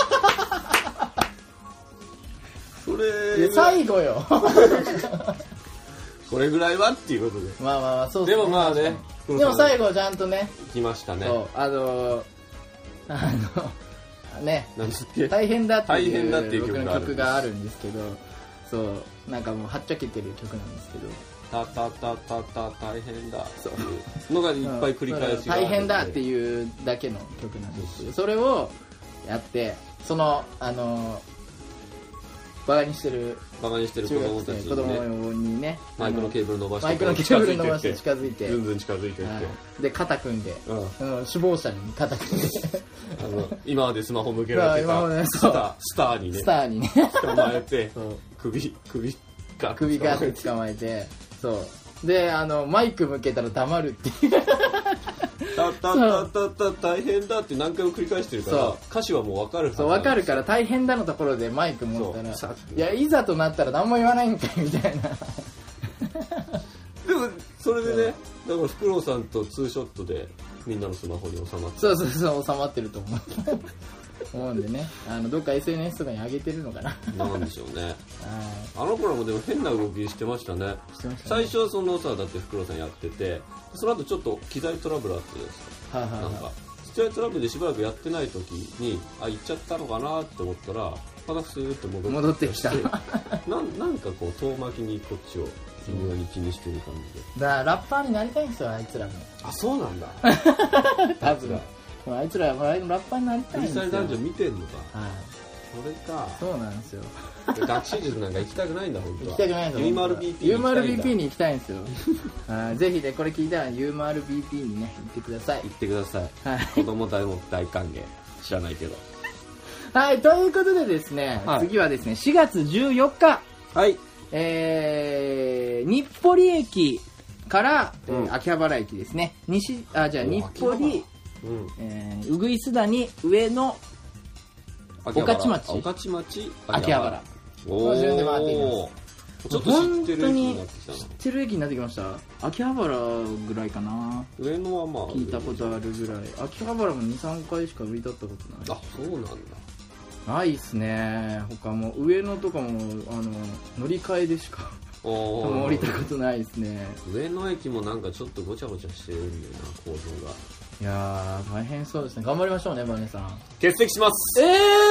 S2: それ
S1: 最後よ
S2: これぐらいはっていうことで、
S1: まあまあまあそうですね、
S2: でもまあね、
S1: でも最後ちゃんとね
S2: 来ましたね。
S1: そうあのあのね大変だっていう僕の曲があるんですけど、そうなんかもうはっちゃけてる曲なんですけど、
S2: たたたたた大変だっていうのがいっぱい繰り返しが
S1: 大変だっていうだけの曲なんですけど、それをやってそのあのバカにしてる
S2: バカにしてる子供たちにね、子供にね
S1: マイクのケーブル
S2: 伸ばして
S1: マイクのケーブル伸ばして近づいて
S2: ずんずん近づいていって、
S1: で肩組んで、うん、首謀者に肩組んで
S2: あの今までスマホ向けられてたスタースターにね
S1: スターにね
S2: 捕まえて首首
S1: ガ首ガッて捕まえて、そうであのマイク向けたら黙るっていう
S2: たたたたた大変だって何回も繰り返してるから歌詞はもう分かるはず。
S1: そう分かるから大変だのところでマイク持ったらいやいざとなったら何も言わないんかいみたいなで
S2: もそれでねだからフクロウさんとツーショットでみんなのスマホに収まってる。
S1: そうそうそう収まってると思う思うんでね、あのどっか エスエヌエス とかに上げてるのかな
S2: なんでしょうねあの頃もでも変な動きしてましたね。
S1: してましたね。
S2: 最初はそのさだってフクロウさんやっててその後ちょっと機材トラブルあったじゃないですか、はいはいはい、なんか機材トラブルでしばらくやってない時にあ行っちゃったのかなって思ったらまたスーッと
S1: 戻ってきたな,
S2: なんかこう遠巻きにこっちを微妙に気にしてる感じで、
S1: だからラッパーになりたいんですよあいつらも。
S2: あそうなんだ
S1: 多分あいつらはラッパーになりたいんですよ。
S2: フリースタイルダンジョン見てんのか、
S1: はい、
S2: それか。
S1: そうなんですよ
S2: 学習塾なんか行きたくないんだ本当は。
S1: 行きたくないんだ。 ユーエムアールビーピー ユーエムアールビーピー に行きたいんですよあぜひねこれ聞いたら ユーエムアールビーピー にね行ってください。
S2: 行ってください、はい、子供たちも大歓迎。知らないけど
S1: はいということでですね、はい、次はですねしがつじゅうよっか、
S2: はい
S1: えー、日暮里駅から、うんえー、秋葉原駅ですね。西あじゃあ日暮里うんえー、うぐいす谷上野御徒町
S2: 御徒町
S1: 秋葉原の順で回っています。
S2: ちょっと知ってる駅になってきたな。
S1: 知ってる駅になってきました。秋葉原ぐらいかな。
S2: 上野はまあ
S1: 聞いたことあるぐらい。秋葉原も にさんかいしか降り立ったことない。
S2: あ、そうなんだ。
S1: ないっすね。他も上野とかもあの乗り換えでしか降りたことないですね。
S2: 上野駅もなんかちょっとごちゃごちゃしてるんだよな、構造が。
S1: いやー大変そうですね。頑張りましょうね、バネさん。
S2: 欠席します。
S1: え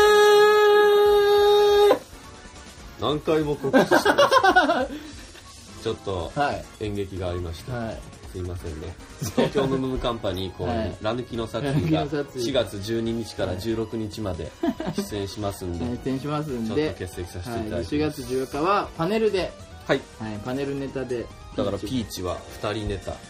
S1: ー
S2: 何回も告知してますちょっと演劇がありました、はい、すいませんね。東京ムムムカンパニー公演、はい、ラヌキの殺意がしがつじゅうににちからじゅうろくにちまで出演しますんで、
S1: 出演しますんで
S2: ちょっと欠席させていただきます、はい、
S1: しがつじゅうよっかはパネルで、
S2: はい
S1: はい、パネルネタで
S2: だからピーチはふたりネタ、はい、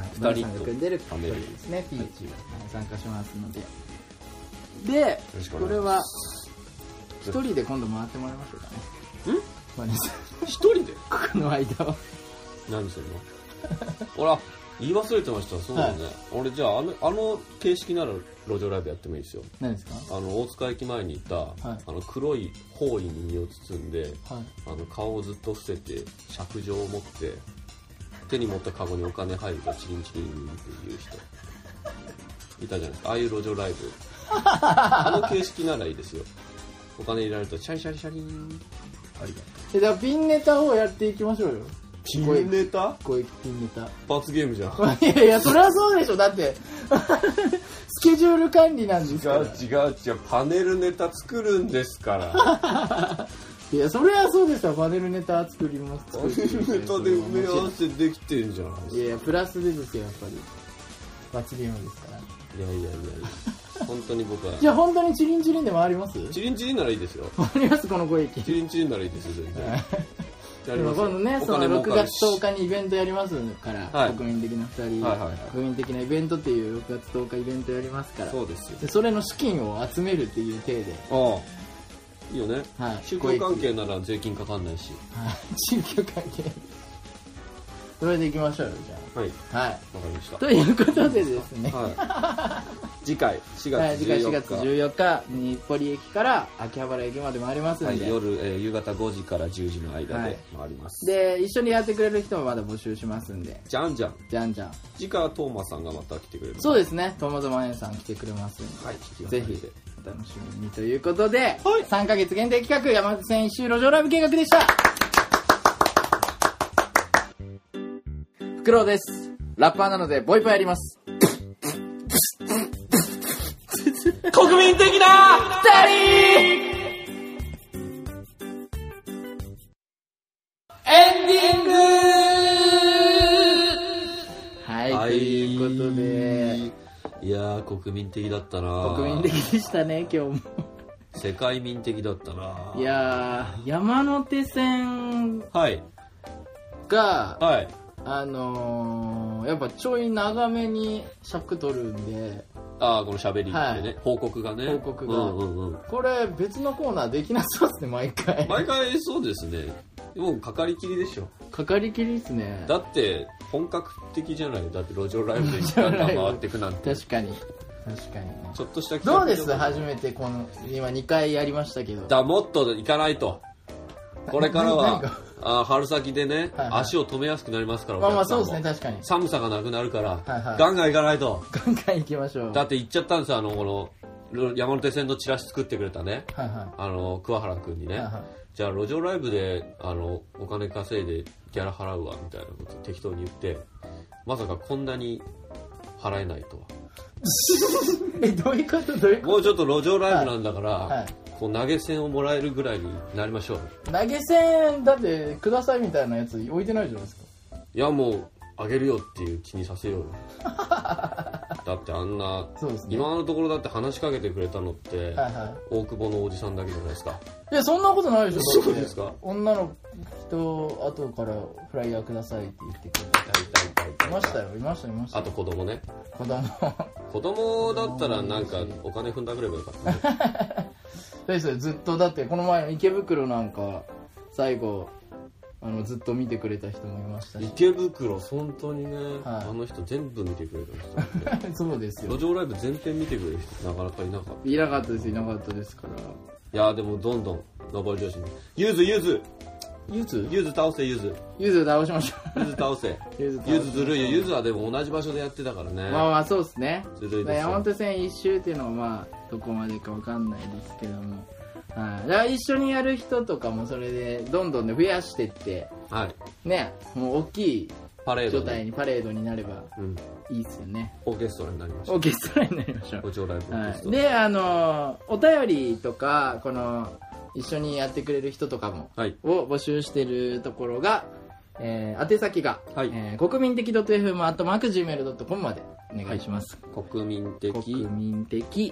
S1: ふたりと組んでるパネルですね。ピーチは、はい、参加しますので、でこれは一人で今度回ってもらいましょうかね。
S2: ん？
S1: バネさん
S2: 一人で
S1: ここの間は
S2: 何するのほら言い忘れてました。そうだね、はい、俺じゃああのあの形式なら路上ライブやってもいいですよ。
S1: 何ですか？
S2: あの大塚駅前にいた、はい、あの黒い包囲に身を包んで、はい、あの顔をずっと伏せて尺状を持って手に持ったカゴにお金入るとチリンチリンっていう人いたじゃないですか。ああいう路上ライブあの形式ならいいですよ。お金入れられるとシャリシャリシャリンありが
S1: とう。だからピンネタをやっていきましょうよ。
S2: ピンネタ？
S1: こういうピンネタ
S2: 罰ゲームじゃん。
S1: いやいやそれはそうでしょ。だってスケジュール管理なんですから。
S2: 違う違う違う、パネルネタ作るんですから
S1: いやそれはそうですよ。パネルネタ作ります。
S2: パネルネタで埋め合わせできてんじゃないですか。
S1: いやプラスでですよやっぱり罰ゲームですから。
S2: いやいやいやいや本当に僕は
S1: じゃあ本当にチリンチリンで回ります？
S2: チリンチリンならいいですよ。
S1: 回りますこの声駅。
S2: チリンチリンならいいですよ全然
S1: でも今度ね、そのろくがつとおかにイベントやりますから、はい、国民的なふたり、はいはいはい、国民的なイベントっていうろくがつとおかイベントやりますから、
S2: そうですよ。
S1: でそれの資金を集めるっていう体で、
S2: ああいいよね、はい、宗教関係なら税金かかんないし、
S1: はい、宗教関係それでいきましょうよ。じゃあ
S2: はい
S1: はい、
S2: わかりました。
S1: ということでですね、
S2: はい、次回しがつじゅうよっか、はい、次回しがつじゅうよっか日暮里駅から秋葉原駅まで回りますんで、はい、夜、えー、夕方ごじからじゅうじの間で回ります、はい、で一緒にやってくれる人もまだ募集しますんで、 じゃんじゃん
S1: じゃんじゃん
S2: 次回はトーマさんがまた来てくれる。
S1: そうですね、トーマズマネさん来てくれますんで、はい、ぜひお楽しみにということで、はい、さんかげつ限定企画山手線一周路上ライブ計画でした。フクロウです。ラッパーなのでボイパやります。
S2: 国民的なふたり
S1: エンディングはい、はい、ということで、
S2: いやー国民的だったな。
S1: 国民的でしたね今日も。
S2: 世界民的だったな。
S1: いやー山手線が、
S2: はい
S1: はいあのー、やっぱちょい長めに尺取るんで、
S2: ああこの喋りってね、はい、報告がね、
S1: 報告が、うんうんうん、これ別のコーナーできなそうですね毎回。
S2: 毎回そうですね。もうかかりきりでしょ。
S1: かかりきりですね。
S2: だって本格的じゃない。だって路上ライブで時間が回ってくなんて。
S1: 確かに確かに、ね、
S2: ちょっとした
S1: どうです初めてこの今にかいやりましたけど。
S2: だもっと行かないと。これからはあ春先でね、はいはい、足を止めやすくなりますから。
S1: まあまあそうですね確かに。
S2: 寒さがなくなるから、はいはい、ガンガン行かないと。
S1: ガンガン行きましょう。
S2: だって行っちゃったんですよ。あのこの山手線のチラシ作ってくれたね、はいはい、あの桑原くんにね、はいはい、じゃあ路上ライブであのお金稼いでギャラ払うわみたいなこと適当に言って、まさかこんなに払えないとは。
S1: えどういうことどういうこと。
S2: もうちょっと路上ライブなんだから、はいはい、こう投げ銭をもらえるぐらいになりましょう。
S1: 投げ銭だってくださいみたいなやつ置いてないじゃないですか。
S2: いやもうあげるよっていう気にさせようよ。だってあんな、そうですね、今のところだって話しかけてくれたのって、はいはい、大久保のおじさんだけじゃないですか。
S1: いやそんなことないでしょ。
S2: そうですか。
S1: 女の人後からフライヤーくださいって言ってくれた。いましたよいましたいました。
S2: あと子供ね。
S1: 子供
S2: 子供だったらなんかお金踏んだくればよかったね。
S1: ですよずっと。だってこの前の池袋なんか最後あのずっと見てくれた人もいましたし。
S2: 池袋本当にね、はい、あの人全部見てくれた人、ね、
S1: そうですよ。
S2: 路上ライブ全編見てくれる人なかなかいなかった。
S1: いなかったですいなかったですから。
S2: いやでもどんどん上り調子に。ゆずゆず
S1: ゆず
S2: ゆず倒せゆず
S1: ゆず倒しましょ
S2: うゆず倒せゆずずるいよ。ゆずはでも同じ場所でやってたからね。
S1: まあまあそうですね。
S2: ずるいですよ。
S1: 山手線一周っていうのはまあどこまでかわかんないですけども、はい、だから一緒にやる人とかもそれでどんどん、ね、増やしてって、はい、ね、もう大きい状態にパレードになればいいですよね。
S2: オーケストラになりましょう。
S1: オーケストラになりましょう。
S2: 路上ライブオーケストラ、
S1: はい、で、あのお便りとかこの一緒にやってくれる人とかも、はい、を募集してるところが、えー、宛先が、はい、えー、国民的 .fm アットマーク ジーメールドットコム までお願いします。
S2: はい、国民的
S1: 国民的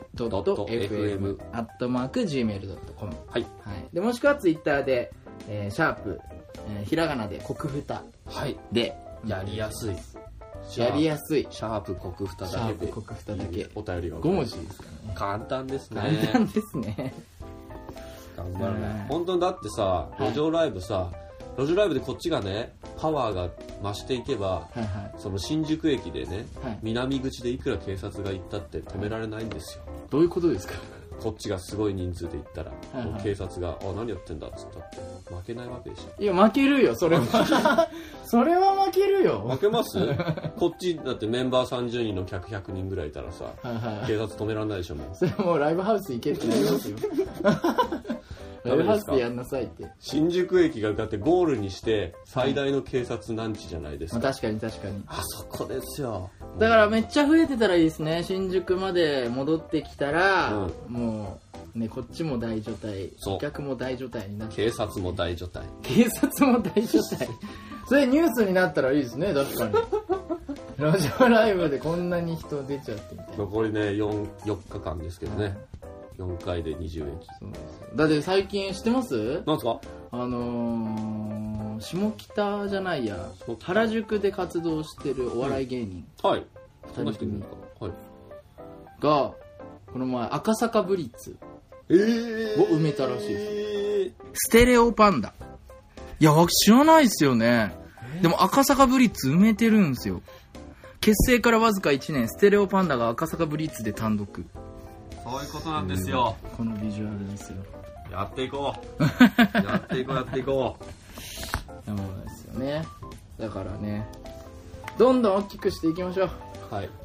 S1: .fm アットマーク ジーメールドットコム、はい、はい、でもしくはツイッターで、えー、シャープ、えー、ひらがなで国ふたで、
S2: やりやすい。
S1: やりやすい。
S2: シャープ国ふただけで。
S1: 国ふただけ。
S2: お便りが
S1: ご文字ですか
S2: ね。簡単ですね。
S1: 簡単ですね。
S2: 頑張るね。本当にだってさ、路上ライブさ、はい、路上ライブでこっちがね、パワーが増していけば、はいはい、その新宿駅でね、はい、南口でいくら警察が行ったって止められないんですよ。
S1: どういうことですか？
S2: こっちがすごい人数で行ったら、はいはい、警察が「あ、何やってんだ」っつったって負けないわけでしょ。
S1: いや負けるよそれはそれは負けるよ。
S2: 負けますこっちだってメンバーさんじゅうにんの客ひゃくにんぐらいいたらさ、はいはい、警察止められないでしょ。もう
S1: それもうライブハウス行けってなりますよライブハウスでやんなさいって。
S2: 新宿駅がだってゴールにして最大の警察難地じゃないですか、
S1: まあ、確かに確かに。
S2: あそこですよ。
S1: だからめっちゃ増えてたらいいですね。新宿まで戻ってきたら、うん、もうね、こっちも大所帯、お客も大所帯になって、
S2: 警察も大所帯、
S1: 警察も大所帯それニュースになったらいいですね。確かに路上ライブでこんなに人出ちゃってみたいな。
S2: 残りね よん、よっかかんですけどね、はい、よんかいでにじゅうえき。
S1: そうですよ。だって最近知ってます？
S2: なんすか？
S1: あのー、下北じゃないや、原宿で活動してるお笑い芸人、
S2: うん、はい、ふたり組はい、
S1: がこの前赤坂ブリッツを埋めたらしいです、えー、ステレオパンダ。いや知らないですよね、えー、でも赤坂ブリッツ埋めてるんですよ。結成からわずかいちねん、ステレオパンダが赤坂ブリッツで単独。
S2: そういうことなんですよ、
S1: うん、このビジュアルですよ。
S2: やっていこうやっていこうやっていこう
S1: そうですよね。だからね、どんどん大きくしていきましょう。
S2: はい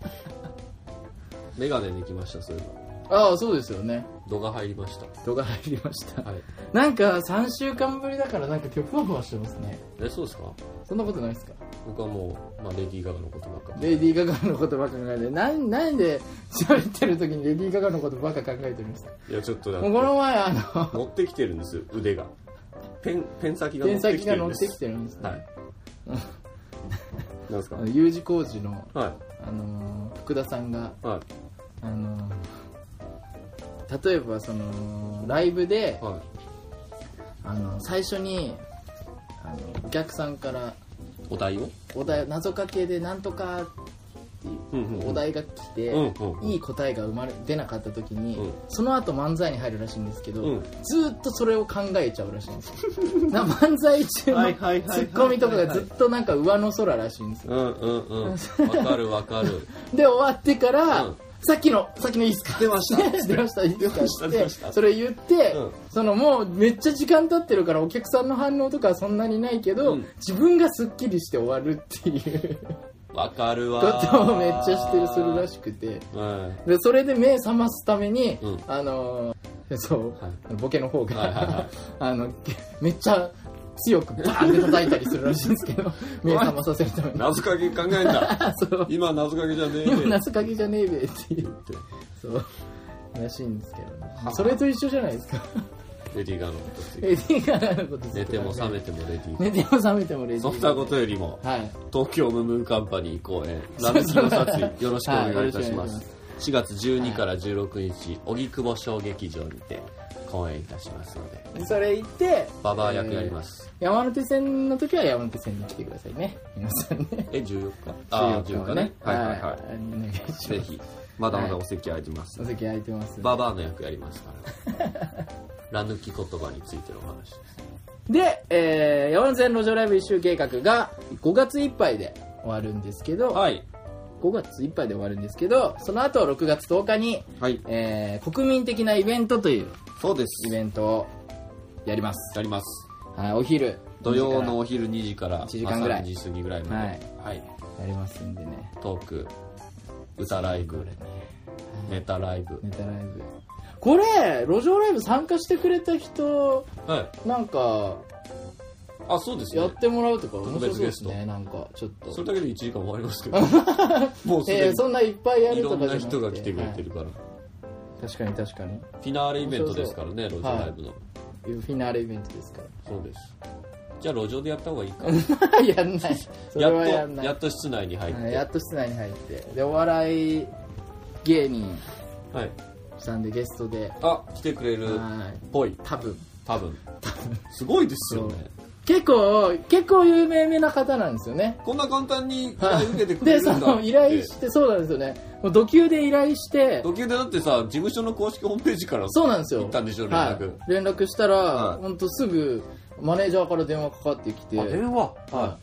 S2: メガネできました。そういうの。
S1: ああそうですよね。
S2: 度が入りました。
S1: 度が入りました、はい、なんかさんしゅうかんぶりだからなんか今日ふわふわしてますね。
S2: え、そうですか？
S1: そんなことないですか？
S2: 僕はもう、まあ、レディー・ガガのことばっか
S1: レディー・ガガのことばっか考えて、ななんで喋ってる時にレディー・ガガのことばっか考えてるんですか？
S2: いやちょっとだって
S1: もうこの前あの
S2: 持ってきてるんです腕が。ペンペン先が乗ってきてるんです。
S1: ペン先が乗ってきてるんですね。
S2: はいなんですか
S1: ？U 字工事の、
S2: はい、
S1: あのー、福田さんが、はい、あのー、例えばそのライブで、はい、あの最初にあのお客さんから
S2: お題を
S1: お題謎かけでなんとかっていうお題が来て、うんうんうん、いい答えが生まれ出なかった時に、うん、その後漫才に入るらしいんですけど、うん、ずっとそれを考えちゃうらしいんですよな漫才中のツッコミとかがずっとなんか上の空らしいんですよ。
S2: うんうんうんわかるわかる
S1: で終わってから、うんさっきの、さっきのいいっすか
S2: 出ました
S1: 出ました、いいっすかって、それ言って、うん、そのもうめっちゃ時間経ってるからお客さんの反応とかはそんなにないけど、うん、自分がスッキリして終わるっていう
S2: わかるわ
S1: ことをめっちゃしてるするらしくて、うん、でそれで目覚ますために、うん、あのそう、はい、ボケの方が、はいはいはい、あのめっちゃ強くバーンって叩いたりするらしいんですけど目覚まさせるために
S2: 謎かけ考えんだそう今謎かけじゃねえべ
S1: 今謎かけじゃねえべって言ってそうらしいんですけどね。それと一緒じゃないですか
S2: レディーガーのこと
S1: レディーガーのこと
S2: 寝ても覚めてもレディー
S1: 寝ても覚めてもレディー
S2: そんなことよりも、はい、東京ムームーカンパニー公演ラブキの殺意よろしくお願いいたします、はい、しがつじゅうにからじゅうろくにち荻窪小劇場にて公演いたしますので、
S1: それ行って
S2: ババア役やります、
S1: えー、山手線の時は山手線に来てくださいね皆さんね。
S2: えじゅうよっかああじゅうよっかねはいはいはい、はい、ぜひまだまだお席空いてます、
S1: はい、お席空いてます。
S2: ババアの役やりますからら抜き言葉についてのお話です。
S1: で、えー、山手線路上ライブ一周計画がごがついっぱいで終わるんですけど、はい、ごがついっぱいで終わるんですけど、その後ろくがつとおかに、はいえー、国民的なイベントという
S2: そうです
S1: イベントをやります
S2: やります
S1: はい、お昼。
S2: 土曜のお昼にじから
S1: いちじかんぐらい。
S2: 朝にじ過ぎぐらいまで。はい。はい。
S1: やりますんでね。
S2: トーク、歌ライブ、ね、ネタライブ。
S1: ネタライブ。これ、路上ライブ参加してくれた人、はい、なんか、
S2: あ、そうですね。
S1: やってもらうとか面白そうですね。なんかちょっと。
S2: それだけでいちじかん終わりますけど。もうすでに、
S1: えー、そんないっぱいやるとかじゃなくて。
S2: いろんな人が来てくれてるから。はい、
S1: 確かに確かに。
S2: フィナーレイベントですからね、路上ライブの、はい。
S1: フィナーレイベントですから。
S2: そうです。じゃあ路上でやった方がいいか。
S1: やんない。それはやんない。
S2: やっと、やっと室内に入って。
S1: やっと室内に入って。で、お笑い芸人。はい。さんでゲストで。
S2: あ、来てくれるっぽい。
S1: 多分。
S2: 多分。多分。すごいですよね。
S1: 結構、結構有名な方なんですよね。
S2: こんな簡単に依頼受けてくれるんだって。
S1: で、その依頼して、そうなんですよね。もう土級で依頼して。
S2: 土級でだってさ、事務所の公式ホームページから。
S1: そうなんですよ。
S2: 行ったんでしょ、連絡。
S1: はい、連絡したら、はい、ほんとすぐ、マネージャーから電話かかってきて。
S2: あ、電話
S1: はい。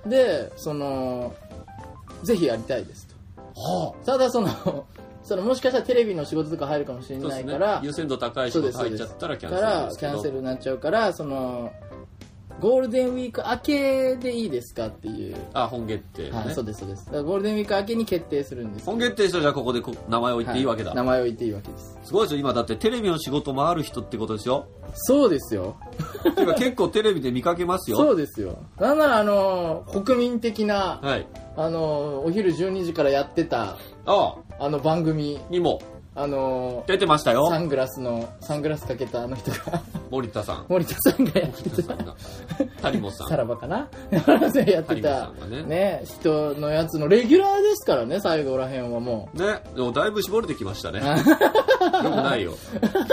S1: で、その、ぜひやりたいですと。はあ、ただその、そのもしかしたらテレビの仕事とか入るかもしれないから、
S2: ね、優先度高い仕事入っちゃったらキャンセルですけど。
S1: キャンセルになっちゃうから、その、ゴールデンウィーク明けでいいですかっていう。
S2: あ、本決定、ね。
S1: はい、そうですそうです。だからゴールデンウィーク明けに決定するんです。
S2: 本決定したらじゃあここでこ名前を言っていいわけだ、はい。
S1: 名前を言っていいわけです。
S2: すごいですよ、今だってテレビの仕事もある人ってことですよ。
S1: そうですよ。
S2: てか結構テレビで見かけますよ。
S1: そうですよ。なんならあの国民的な、はい、あのお昼じゅうにじからやってたああの番組
S2: にも。
S1: あのー、
S2: 出てましたよ。
S1: サングラスのサングラスかけたあの人が
S2: 森田さん
S1: 森田さんがやってた
S2: 谷本さん
S1: さらばかなやってた、ねね、人のやつのレギュラーですからね。最後らへんはも
S2: うね。でもだいぶ絞れてきましたね。よくないよ。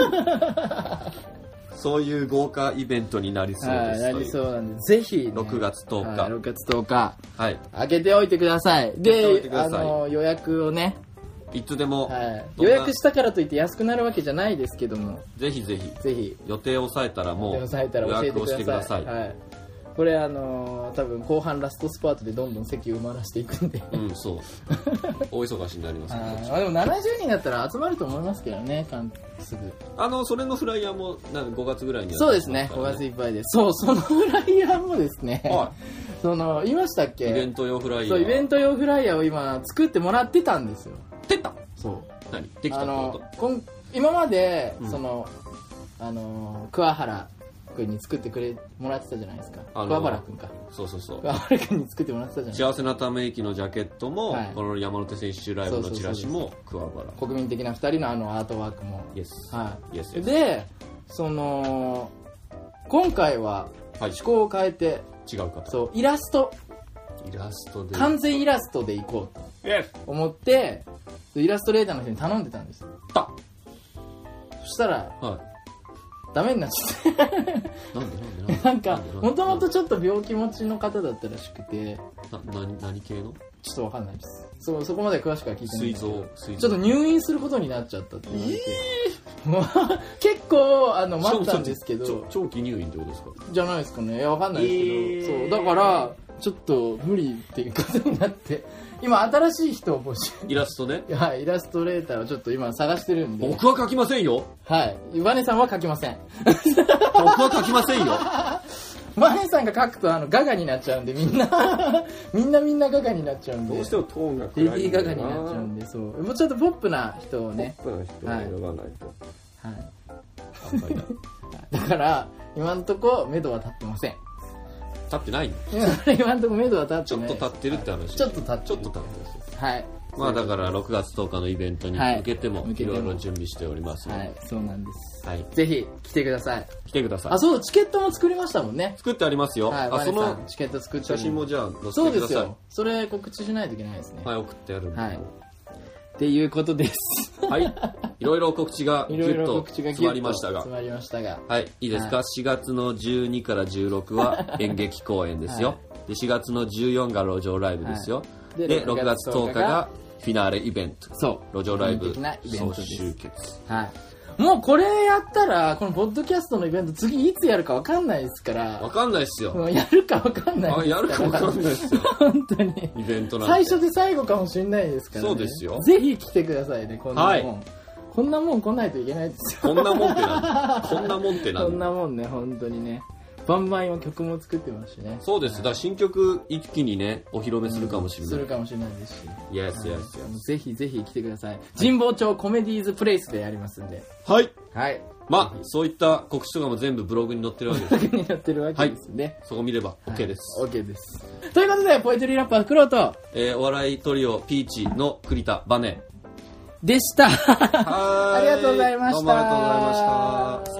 S2: そういう豪華イベントになりそうです。
S1: はい、なりそうなんでぜひ、ね、
S2: ろくがつとおか、
S1: はい、ろくがつとおか、はい、開けておいてください。で、あの予約をね
S2: いつでも、はい、
S1: 予約したからといって安くなるわけじゃないですけども、
S2: ぜひぜひ
S1: ぜひ
S2: 予定を抑えたらもう予約をしてください。はい、
S1: これあのー、多分後半ラストスパートでどんどん席埋まらせていくんで、
S2: うんそう大忙しになります
S1: ね。あでもななじゅうにんだったら集まると思いますけどね。すぐ
S2: あのそれのフライヤーもなんかごがつぐらいには、
S1: ね、そうですね。ごがついっぱいです。そうそのフライヤーもですね、はい、その言いましたっけ、
S2: イベント用フライヤー。
S1: そうイベント用フライヤーを今作ってもらってたんですよ。
S2: 出た
S1: そう
S2: 何できたってこと？
S1: 今まで、うん、そのあの桑原君に作ってくれもらってたじゃないですか。あのー、桑原君か。
S2: そうそうそう。
S1: 桑原君に作ってもらってたじゃないですか。
S2: 幸せなため息のジャケットも、はい、この山手線一周ライブのチラシも桑原。
S1: 国民的なふたりのあのアートワークも。
S2: イエス。
S1: はい。
S2: イエスイエス。
S1: で、その今回は趣向を変えて、
S2: 違うか。
S1: そうイラスト。
S2: イラストで。
S1: 完全イラストでいこうと思って。イラストレーターの人に頼んでたんですよ。そしたら、はい、ダメになっちゃってなんでなんでなんかもともとちょっと病気持ちの方だったらしくて。
S2: な何何系の？
S1: ちょっとわかんないです。そそこまで詳しくは聞いてないんですけど、
S2: ちょ
S1: っと入院することになっちゃったって言われて、えー、結構あの待ったんですけど。
S2: 長期入院ってことですか？
S1: じゃないですかね。いやわかんないですけど、えー、そうだからちょっと無理っていうことになって。今新しい人を募集。
S2: イラストね。
S1: はい、イラストレーターをちょっと今探してるんで。
S2: 僕は描きませんよ。
S1: はい、バネさんは描きません。
S2: 僕は描きませんよ。
S1: バネさんが描くとあのガガになっちゃうんで、みんなみんなみんなガガになっちゃうんで。
S2: どうしてもトーンが
S1: 暗いんだよな。レディーガガになっちゃうんで、そう。もうちょっとポップな人をね。
S2: ポップな人を選ばないと。
S1: はい。はい、だから今のとこ目処は立ってません。
S2: 立ってないの？
S1: 今のところ目処は立ってない。
S2: ちょっと立ってるって話。
S1: ちょっと立ってる。
S2: ちょっと立ってる。
S1: はい。
S2: まあだからろくがつとおかのイベントに向けてもいろいろ準備しておりますので。
S1: はい、そうなんです。
S2: はい。
S1: ぜひ来てください。
S2: 来てください。
S1: あ、そう、チケットも作りましたもんね。
S2: 作ってありますよ。
S1: はい。あ、そのチケット作って
S2: 写真もじゃあ載せてください。
S1: そうですよ。それ告知しないといけないですね。
S2: はい、送ってやるんで。
S1: はい。っていうことです。
S2: はい。いろいろ告知がギュッと詰まりましたが。
S1: 詰まりましたが。
S2: はい。いいですか、はい、しがつのじゅうにからじゅうろくは演劇公演ですよ。はい、でしがつのじゅうよっかが路上ライブですよ。はい、で、でろくがつとおかがフィナーレイベント。
S1: そう。
S2: 路上ライブ
S1: 総
S2: 集結。
S1: はい。もうこれやったら、このポッドキャストのイベント次いつやるか分かんないですから。
S2: 分かんないっすよ。
S1: もうやるか分かんないですから。
S2: あ、やるか分かんないっすよ。
S1: 本当に。
S2: イベントなんて。
S1: 最初で最後かもしれないですからね。
S2: そうですよ。
S1: ぜひ来てくださいね、こんなもん。はい、こんなもん来ないといけないですよ。
S2: こんなもんってなんこんなもんってなん
S1: こんなもんね、本当にね。 バンバン今曲も作ってますしね。
S2: そうです。だから新曲一気にね、お披露目するかもしれない。
S1: するかもしれないですし。
S2: Yes, yes.
S1: ぜひぜひ来てください。神保町コメディーズプレイスでやりますんで。
S2: はい。
S1: はい。
S2: まあ、そういった告知とかも全部ブログに載ってるわけです。
S1: ブログに載ってるわけですね。はい、
S2: そこ見れば OK です。
S1: はい、OK です。ということで、ポエトリーラッパーフクロウと、
S2: えー、お笑いトリオピーチの栗田バネ
S1: でした。ありがとうございました。
S2: どうもありがとうございました。